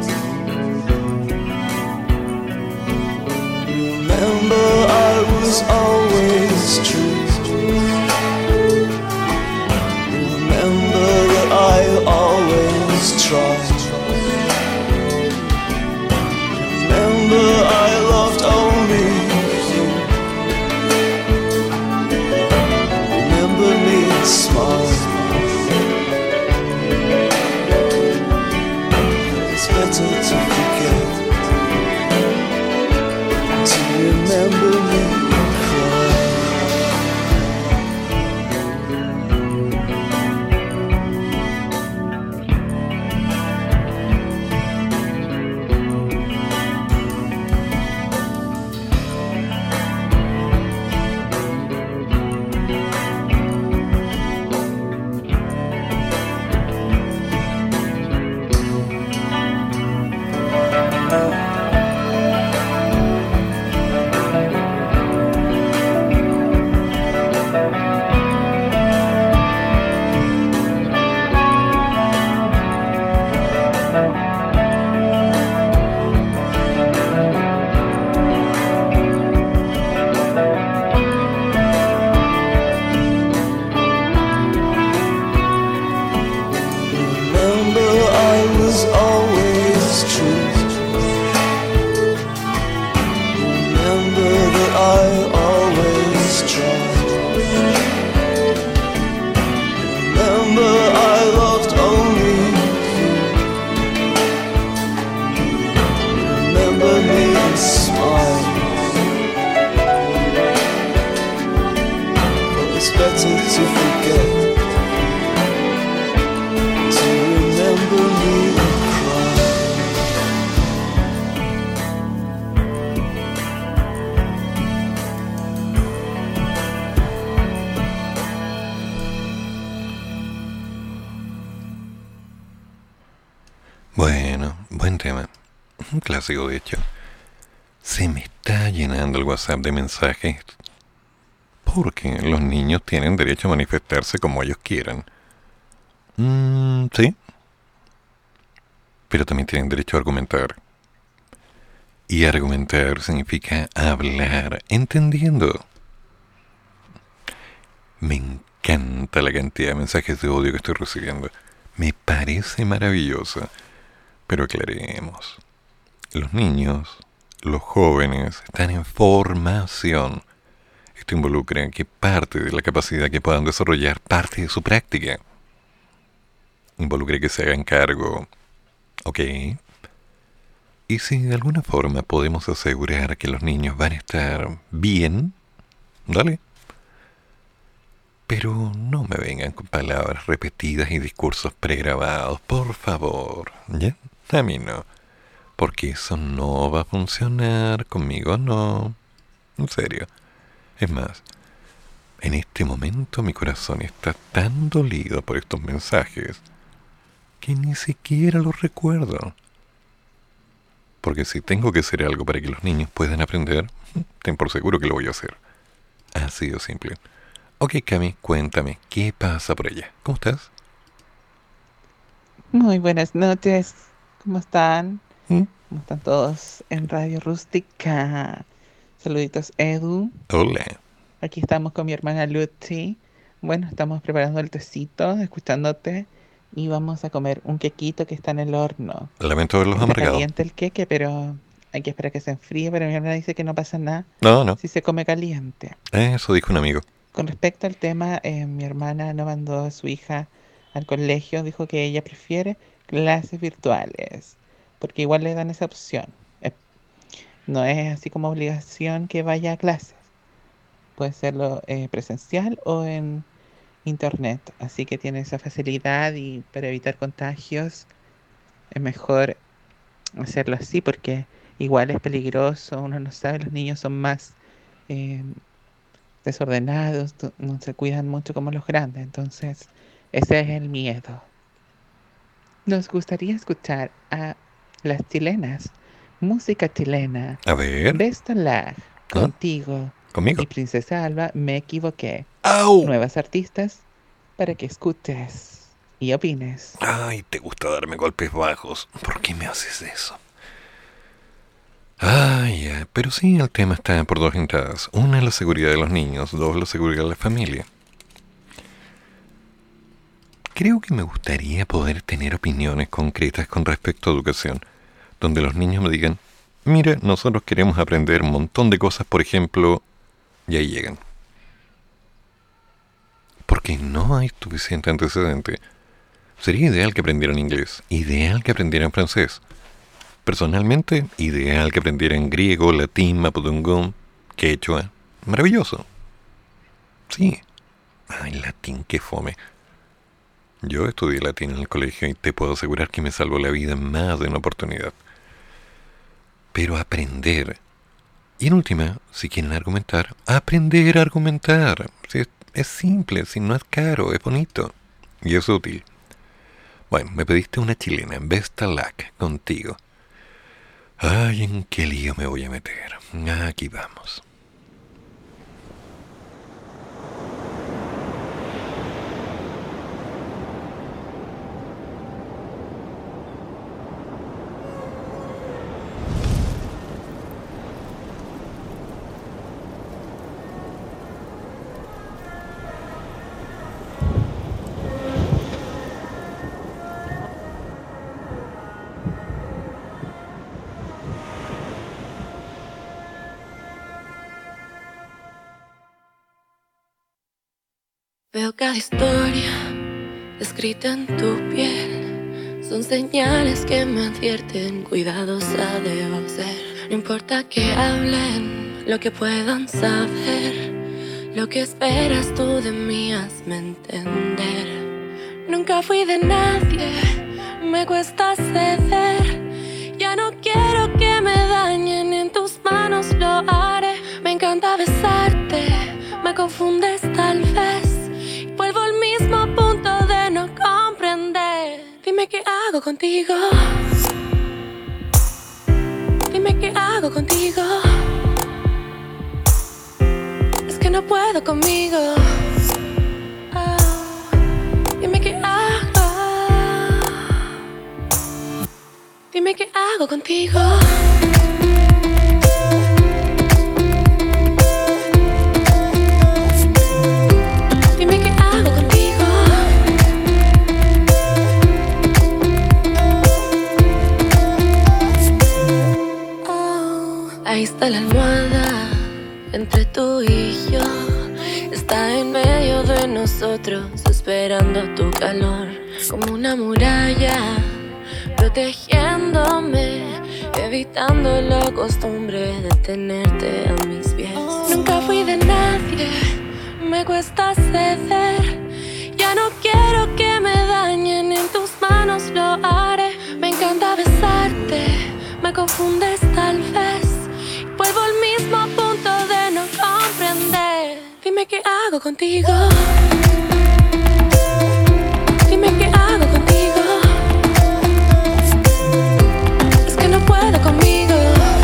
Speaker 3: Remember, I was always true. I always try.
Speaker 2: Bueno, buen tema. Un clásico, de hecho. Se me está llenando el WhatsApp de mensajes porque los niños tienen derecho a manifestarse como ellos quieran. Mm, sí. Pero también tienen derecho a argumentar. Y argumentar significa hablar, entendiendo. Me encanta la cantidad de mensajes de odio que estoy recibiendo. Me parece maravilloso. Pero aclaremos. Los niños, los jóvenes, están en formación. Esto involucra que parte de la capacidad que puedan desarrollar parte de su práctica. Involucra que se hagan cargo. ¿Ok? Y si de alguna forma podemos asegurar que los niños van a estar bien, dale. Pero no me vengan con palabras repetidas y discursos pregrabados, por favor. ¿Ya? A mí no. Porque eso no va a funcionar. Conmigo no. En serio. Es más, en este momento mi corazón está tan dolido por estos mensajes que ni siquiera los recuerdo. Porque si tengo que hacer algo para que los niños puedan aprender, ten por seguro que lo voy a hacer. Así de simple. Ok, Cami, cuéntame, ¿qué pasa por allá? ¿Cómo estás?
Speaker 15: Muy buenas noches. ¿Cómo están?
Speaker 2: ¿Mm?
Speaker 15: ¿Cómo están todos en Radio Rústica? Saluditos, Edu.
Speaker 2: Hola.
Speaker 15: Aquí estamos con mi hermana Lucy. Bueno, estamos preparando el tecito, escuchándote. Y vamos a comer un quequito que está en el horno.
Speaker 2: Lamento haberlos
Speaker 15: Está
Speaker 2: amargado.
Speaker 15: caliente el queque, pero hay que esperar que se enfríe. Pero mi hermana dice que no pasa nada
Speaker 2: No, no.
Speaker 15: si se come caliente.
Speaker 2: Eso dijo un amigo.
Speaker 15: Con respecto al tema, eh, mi hermana no mandó a su hija al colegio. Dijo que ella prefiere clases virtuales, porque igual le dan esa opción. Eh, no es así como obligación que vaya a clases. Puede serlo eh, presencial o en internet. Así que tiene esa facilidad y para evitar contagios es mejor hacerlo así, porque igual es peligroso. Uno no sabe, los niños son más eh, desordenados, tu- no se cuidan mucho como los grandes. Entonces ese es el miedo. Nos gustaría escuchar a las chilenas, música chilena.
Speaker 2: A ver.
Speaker 15: Bestolag,
Speaker 2: ¿Ah?
Speaker 15: contigo.
Speaker 2: ¿Conmigo?
Speaker 15: Y Princesa Alba, me equivoqué.
Speaker 2: ¡Au!
Speaker 15: Nuevas artistas para que escuches y opines.
Speaker 2: Ay, te gusta darme golpes bajos. ¿Por qué me haces eso? Ay, ya. Pero sí, el tema está por dos entradas. Una, la seguridad de los niños. Dos, la seguridad de la familia. Creo que me gustaría poder tener opiniones concretas con respecto a educación, donde los niños me digan, mira, nosotros queremos aprender un montón de cosas, por ejemplo, y ahí llegan. Porque no hay suficiente antecedente. Sería ideal que aprendieran inglés, ideal que aprendieran francés. Personalmente, ideal que aprendieran griego, latín, mapudungún, quechua. Maravilloso. Sí. Ay, latín, qué fome. Yo estudié latín en el colegio y te puedo asegurar que me salvó la vida en más de una oportunidad. Pero aprender. Y en última, si quieren argumentar, aprender a argumentar. Si es, es simple, si no es caro, es bonito. Y es útil. Bueno, me pediste una chilena, Best of Luck, contigo. Ay, ¿en qué lío me voy a meter? Aquí vamos.
Speaker 9: Veo cada historia escrita en tu piel. Son señales que me advierten, cuidadosa debo ser. No importa que hablen, lo que puedan saber. Lo que esperas tú de mí, hazme entender. Nunca fui de nadie, me cuesta ceder. Ya no quiero que me dañen, en tus manos lo haré. Me encanta besarte, me confundes tal vez. Vuelvo al mismo punto de no comprender. Dime qué hago contigo. Dime qué hago contigo. Es que no puedo conmigo. Oh, dime qué hago. Dime qué hago contigo. Dime qué hago contigo. Oh, ahí está la almohada entre tú y yo. Está en medio de nosotros, esperando tu calor, como una muralla, protegiéndome, evitando la costumbre de tenerte a mis pies. Nunca fui de nadie, me cuesta ceder. Ya no quiero que me dañen, en tus manos lo haré. Me encanta besarte, me confundes tal vez. Vuelvo al mismo punto de no comprender. Dime qué hago contigo. Dime qué hago contigo. Es que no puedo conmigo.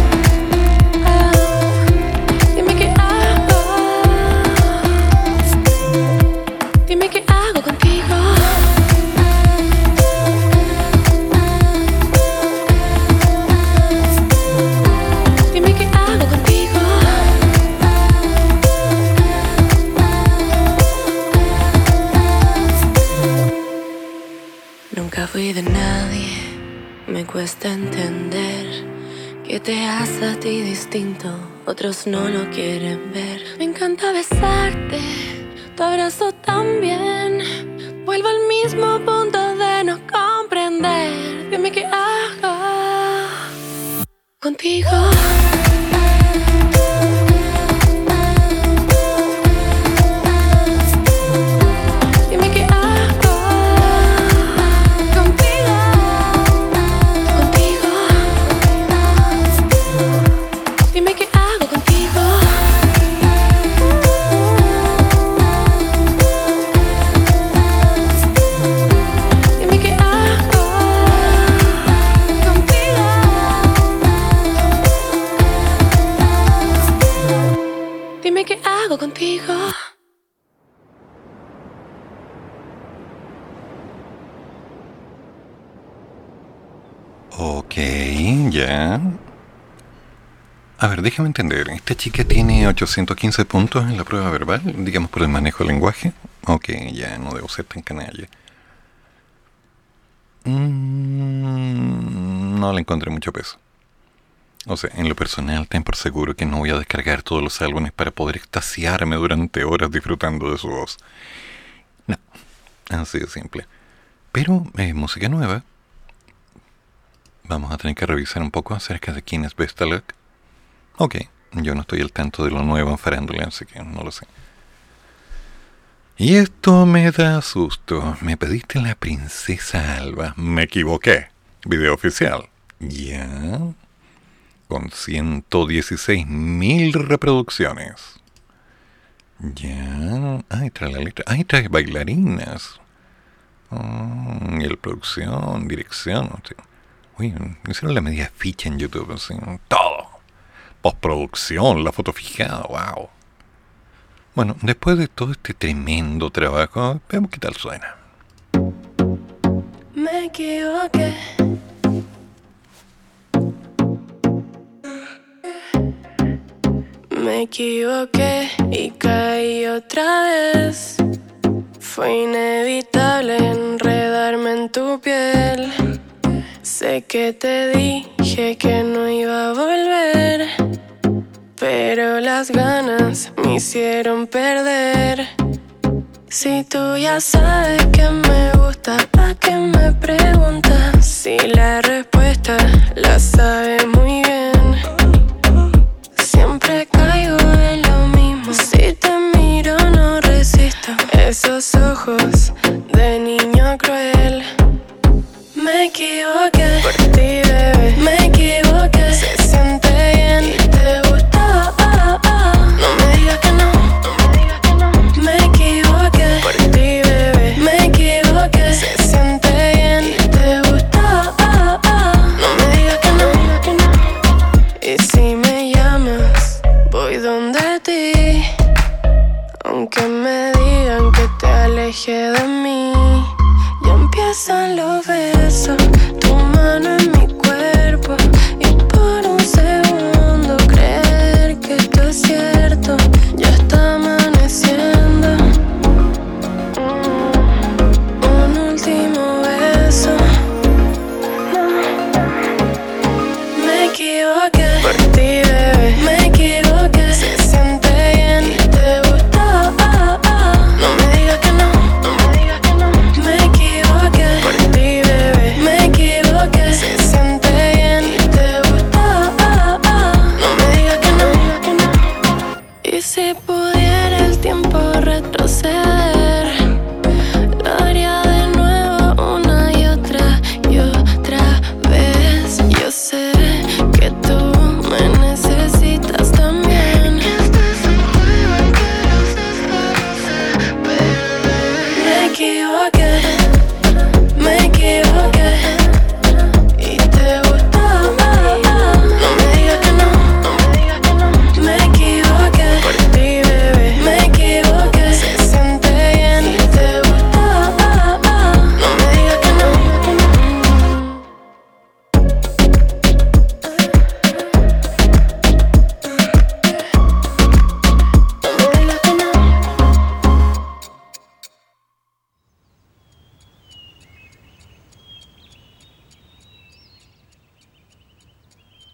Speaker 9: Oh, dime qué hago. Dime qué hago contigo. Dime qué hago contigo. Nunca fui de nadie, me cuesta entender que te hace a ti distinto, otros no lo quieren ver. Me encanta besarte, tu abrazo también. Vuelvo al mismo punto de no comprender. Dime qué hago contigo. Dime qué hago contigo. Contigo. Dime qué hago contigo. Dime qué hago contigo. Dime qué hago contigo.
Speaker 2: Ok, ya. A ver, déjame entender. Esta chica tiene ochocientos quince puntos en la prueba verbal, digamos por el manejo del lenguaje. Ok, ya, no debo ser tan canalla. Mm, no le encontré mucho peso. O sea, en lo personal, ten por seguro que no voy a descargar todos los álbumes para poder extasiarme durante horas disfrutando de su voz. No, así de simple. Pero es música nueva. Vamos a tener que revisar un poco acerca de quién es Vestaluk. Ok, yo no estoy al tanto de lo nuevo en farándula, así que no lo sé. Y esto me da susto. Me pediste la princesa Alba. Me equivoqué. Video oficial. Ya. Con ciento dieciséis mil reproducciones. Ya. Ay, trae la letra. Ay, trae bailarinas. Oh, y la producción, dirección. Sí. Uy, hicieron la media ficha en YouTube, así, todo. Postproducción, la foto fijada, wow. Bueno, después de todo este tremendo trabajo, veamos qué tal suena.
Speaker 9: Me equivoqué. Me equivoqué y caí otra vez. Fue inevitable enredarme en tu piel. Sé que te dije que no iba a volver, pero las ganas me hicieron perder. Si tú ya sabes que me gusta, ¿pa' qué me preguntas? Si la respuesta la sabes muy bien. Siempre caigo en lo mismo. Si te miro no resisto esos ojos de niño cruel. Me equivoqué por ti, bebé. Me equivoqué. Se siente bien y te gusta. Oh, oh, oh. No me digas que no. No me digas que no. Me equivoqué por ti, bebé. Me equivoqué. Se siente bien y te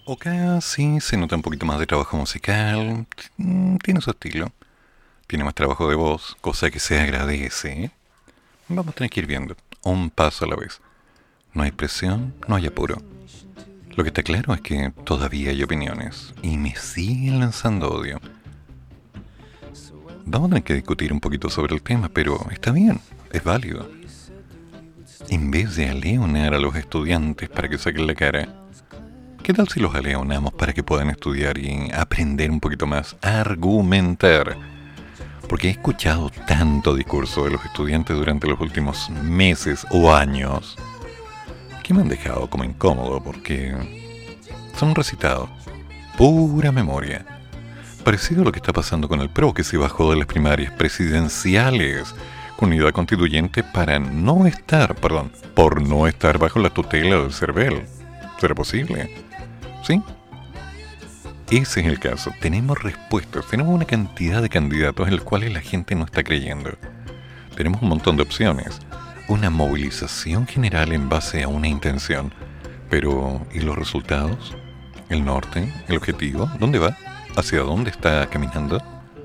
Speaker 2: Acá sí se nota un poquito más de trabajo musical, mm, tiene su estilo, tiene más trabajo de voz, cosa que se agradece. Vamos a tener que ir viendo, un paso a la vez. No hay presión, no hay apuro. Lo que está claro es que todavía hay opiniones y me siguen lanzando odio. Vamos a tener que discutir un poquito sobre el tema, pero está bien, es válido. En vez de aleonar a los estudiantes para que saquen la cara, ¿qué tal si los aleonamos para que puedan estudiar y aprender un poquito más, a argumentar? Porque he escuchado tanto discurso de los estudiantes durante los últimos meses o años que me han dejado como incómodo porque son recitados, pura memoria. Parecido a lo que está pasando con el P R O, que se bajó de las primarias presidenciales con unidad constituyente para no estar, perdón, por no estar bajo la tutela del CERVEL. ¿Será posible? ¿Sí? Ese es el caso. Tenemos respuestas, tenemos una cantidad de candidatos en los cuales la gente no está creyendo. Tenemos un montón de opciones. Una movilización general en base a una intención. Pero, ¿y los resultados? ¿El norte? ¿El objetivo? ¿Dónde va? ¿Hacia dónde está caminando?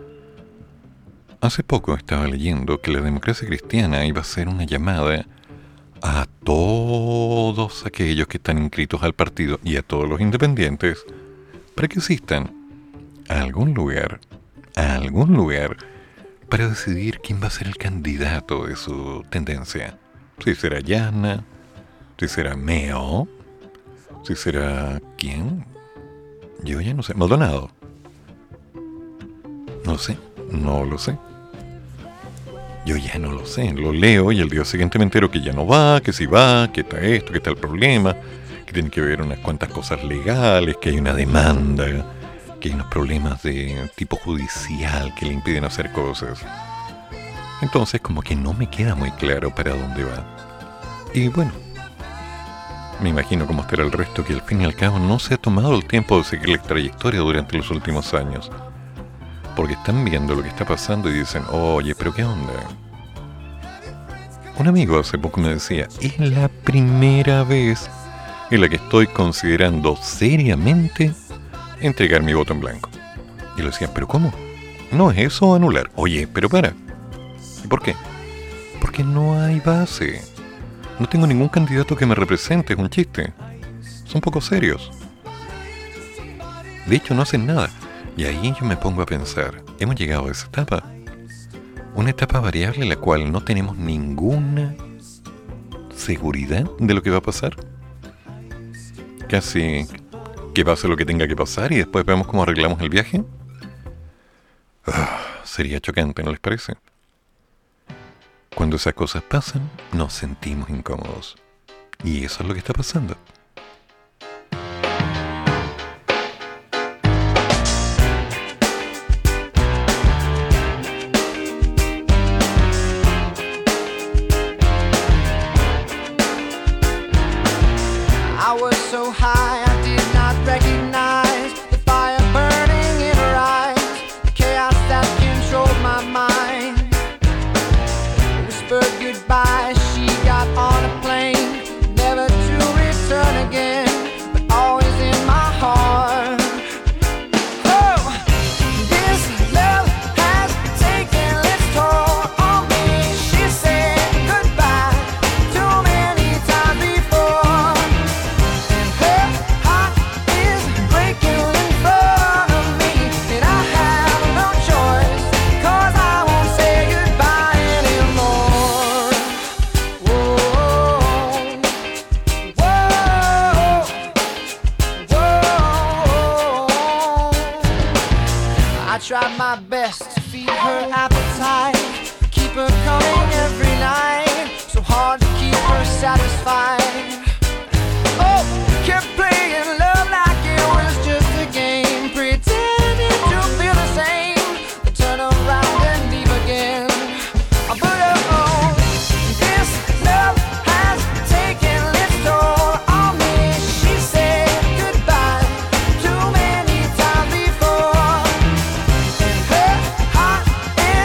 Speaker 2: Hace poco estaba leyendo que la democracia cristiana iba a hacer una llamada a todos aquellos que están inscritos al partido y a todos los independientes para que asistan a algún lugar, a algún lugar, para decidir quién va a ser el candidato de su tendencia. Si será Llana, si será Meo, si será ¿quién? Yo ya no sé. Maldonado. No sé, no lo sé. Yo ya no lo sé, lo leo y el día siguiente me entero que ya no va, que sí va, que está esto, que está el problema, que tiene que ver unas cuantas cosas legales, que hay una demanda, que hay unos problemas de tipo judicial que le impiden hacer cosas. Entonces como que no me queda muy claro para dónde va. Y bueno, me imagino cómo estará el resto, que al fin y al cabo no se ha tomado el tiempo de seguir la trayectoria durante los últimos años. Porque están viendo lo que está pasando y dicen, oye, pero ¿qué onda? Un amigo hace poco me decía, es la primera vez en la que estoy considerando seriamente entregar mi voto en blanco. Y le decía, ¿pero cómo? ¿No es eso anular? Oye, pero para. ¿Y por qué? Porque no hay base. No tengo ningún candidato que me represente, es un chiste. Son poco serios. De hecho, no hacen nada. Y ahí yo me pongo a pensar, hemos llegado a esa etapa. Una etapa variable en la cual no tenemos ninguna seguridad de lo que va a pasar. Casi que pase lo que tenga que pasar y después vemos cómo arreglamos el viaje. Ah, sería chocante, ¿no les parece? Cuando esas cosas pasan, nos sentimos incómodos. Y eso es lo que está pasando.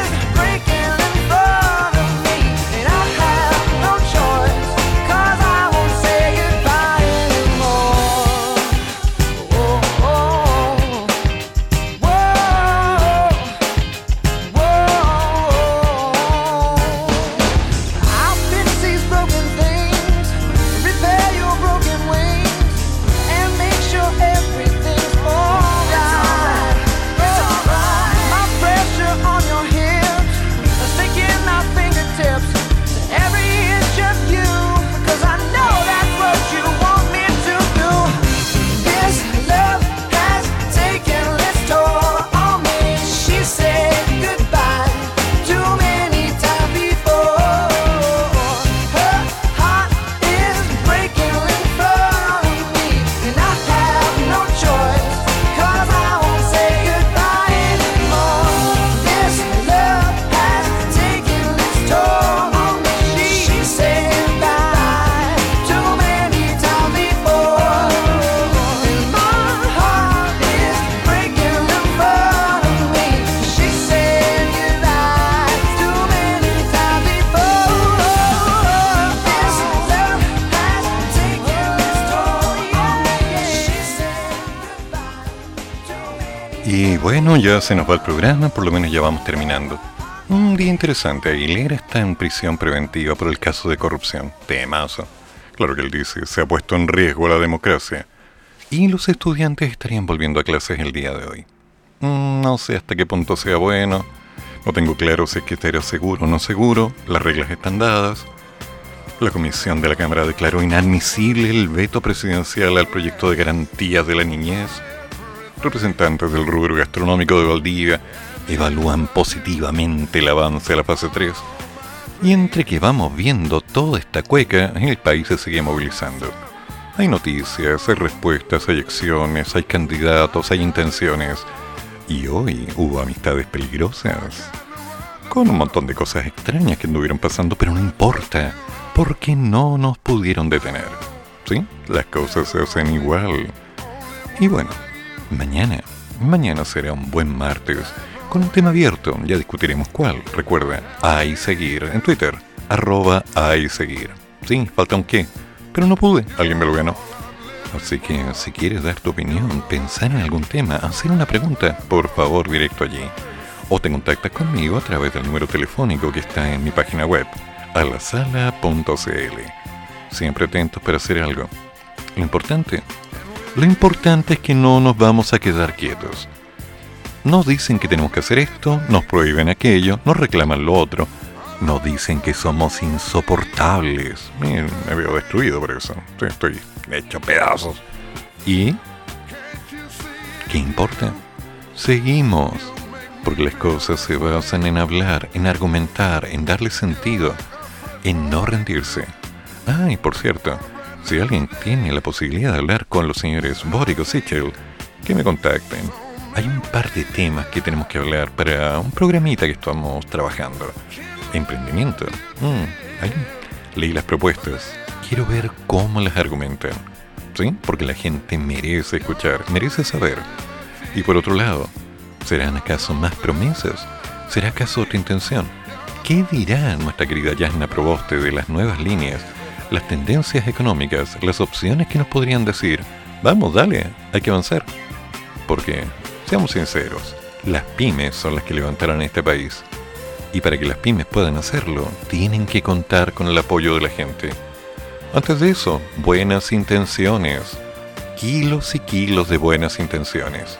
Speaker 3: Cause I
Speaker 2: Y bueno, ya se nos va el programa, por lo menos ya vamos terminando. Un día interesante, Aguilera está en prisión preventiva por el caso de corrupción. Temazo. Claro que él dice, se ha puesto en riesgo la democracia. Y los estudiantes estarían volviendo a clases el día de hoy. Mm, no sé hasta qué punto sea bueno. No tengo claro si es que estará seguro o no seguro. Las reglas están dadas. La comisión de la Cámara declaró inadmisible el veto presidencial al proyecto de garantías de la niñez. Representantes del rubro gastronómico de Valdivia evalúan positivamente el avance de la fase tres. Y entre que vamos viendo toda esta cueca, el país se sigue movilizando. Hay noticias, hay respuestas, hay acciones, hay candidatos, hay intenciones. Y hoy hubo amistades peligrosas, con un montón de cosas extrañas que anduvieron pasando, pero no importa, porque no nos pudieron detener. ¿Sí? Las cosas se hacen igual. Y bueno, mañana, mañana será un buen martes, con un tema abierto, ya discutiremos cuál. Recuerda, hay seguir en Twitter, arroba hay seguir. Sí, falta un qué, pero no pude, alguien me lo ganó. Así que si quieres dar tu opinión, pensar en algún tema, hacer una pregunta, por favor, directo allí. O te contactas conmigo a través del número telefónico que está en mi página web, alasala punto c l. Siempre atentos para hacer algo. Lo importante, lo importante es que no nos vamos a quedar quietos. Nos dicen que tenemos que hacer esto, nos prohíben aquello, nos reclaman lo otro. Nos dicen que somos insoportables. Miren, me veo destruido por eso. Estoy hecho pedazos. ¿Y qué importa? Seguimos. Porque las cosas se basan en hablar, en argumentar, en darle sentido, en no rendirse. Ah, y por cierto, si alguien tiene la posibilidad de hablar con los señores Boric o Sichel, que me contacten. Hay un par de temas que tenemos que hablar para un programita que estamos trabajando. Emprendimiento. Mm, ahí leí las propuestas. Quiero ver cómo las argumentan. ¿Sí? Porque la gente merece escuchar, merece saber. Y por otro lado, ¿serán acaso más promesas? ¿Será acaso otra intención? ¿Qué dirá nuestra querida Yasna Proboste de las nuevas líneas, las tendencias económicas, las opciones que nos podrían decir? Vamos, dale, hay que avanzar. Porque, seamos sinceros, las pymes son las que levantarán este país. Y para que las pymes puedan hacerlo, tienen que contar con el apoyo de la gente. Antes de eso, buenas intenciones. Kilos y kilos de buenas intenciones.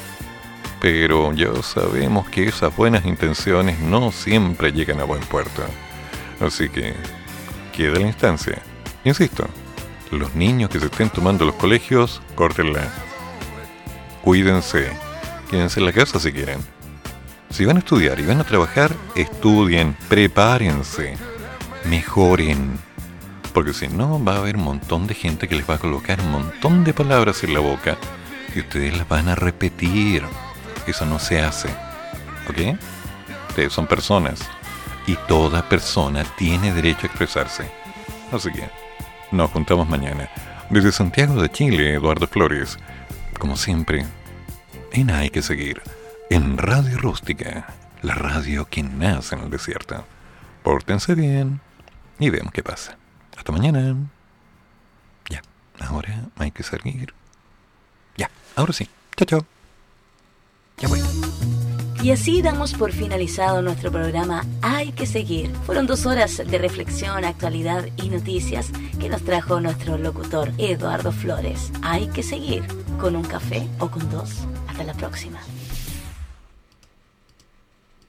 Speaker 2: Pero ya sabemos que esas buenas intenciones no siempre llegan a buen puerto. Así que, queda la instancia. Insisto, los niños que se estén tomando los colegios, córtenla. Cuídense. Quédense en la casa si quieren. Si van a estudiar y van a trabajar, estudien, prepárense, mejoren. Porque si no, va a haber un montón de gente que les va a colocar un montón de palabras en la boca y ustedes las van a repetir. Eso no se hace. ¿Ok? Ustedes son personas y toda persona tiene derecho a expresarse. Así que nos juntamos mañana. Desde Santiago de Chile, Eduardo Flores. Como siempre, en Hay que Seguir. En Radio Rústica, la radio que nace en el desierto. Pórtense bien y veamos qué pasa. Hasta mañana. Ya, ahora hay que seguir. Ya, ahora sí. Chao, chao. Ya voy.
Speaker 1: Y así damos por finalizado nuestro programa Hay que Seguir. Fueron dos horas de reflexión, actualidad y noticias que nos trajo nuestro locutor Eduardo Flores. Hay que seguir, con un café o con dos. Hasta la próxima.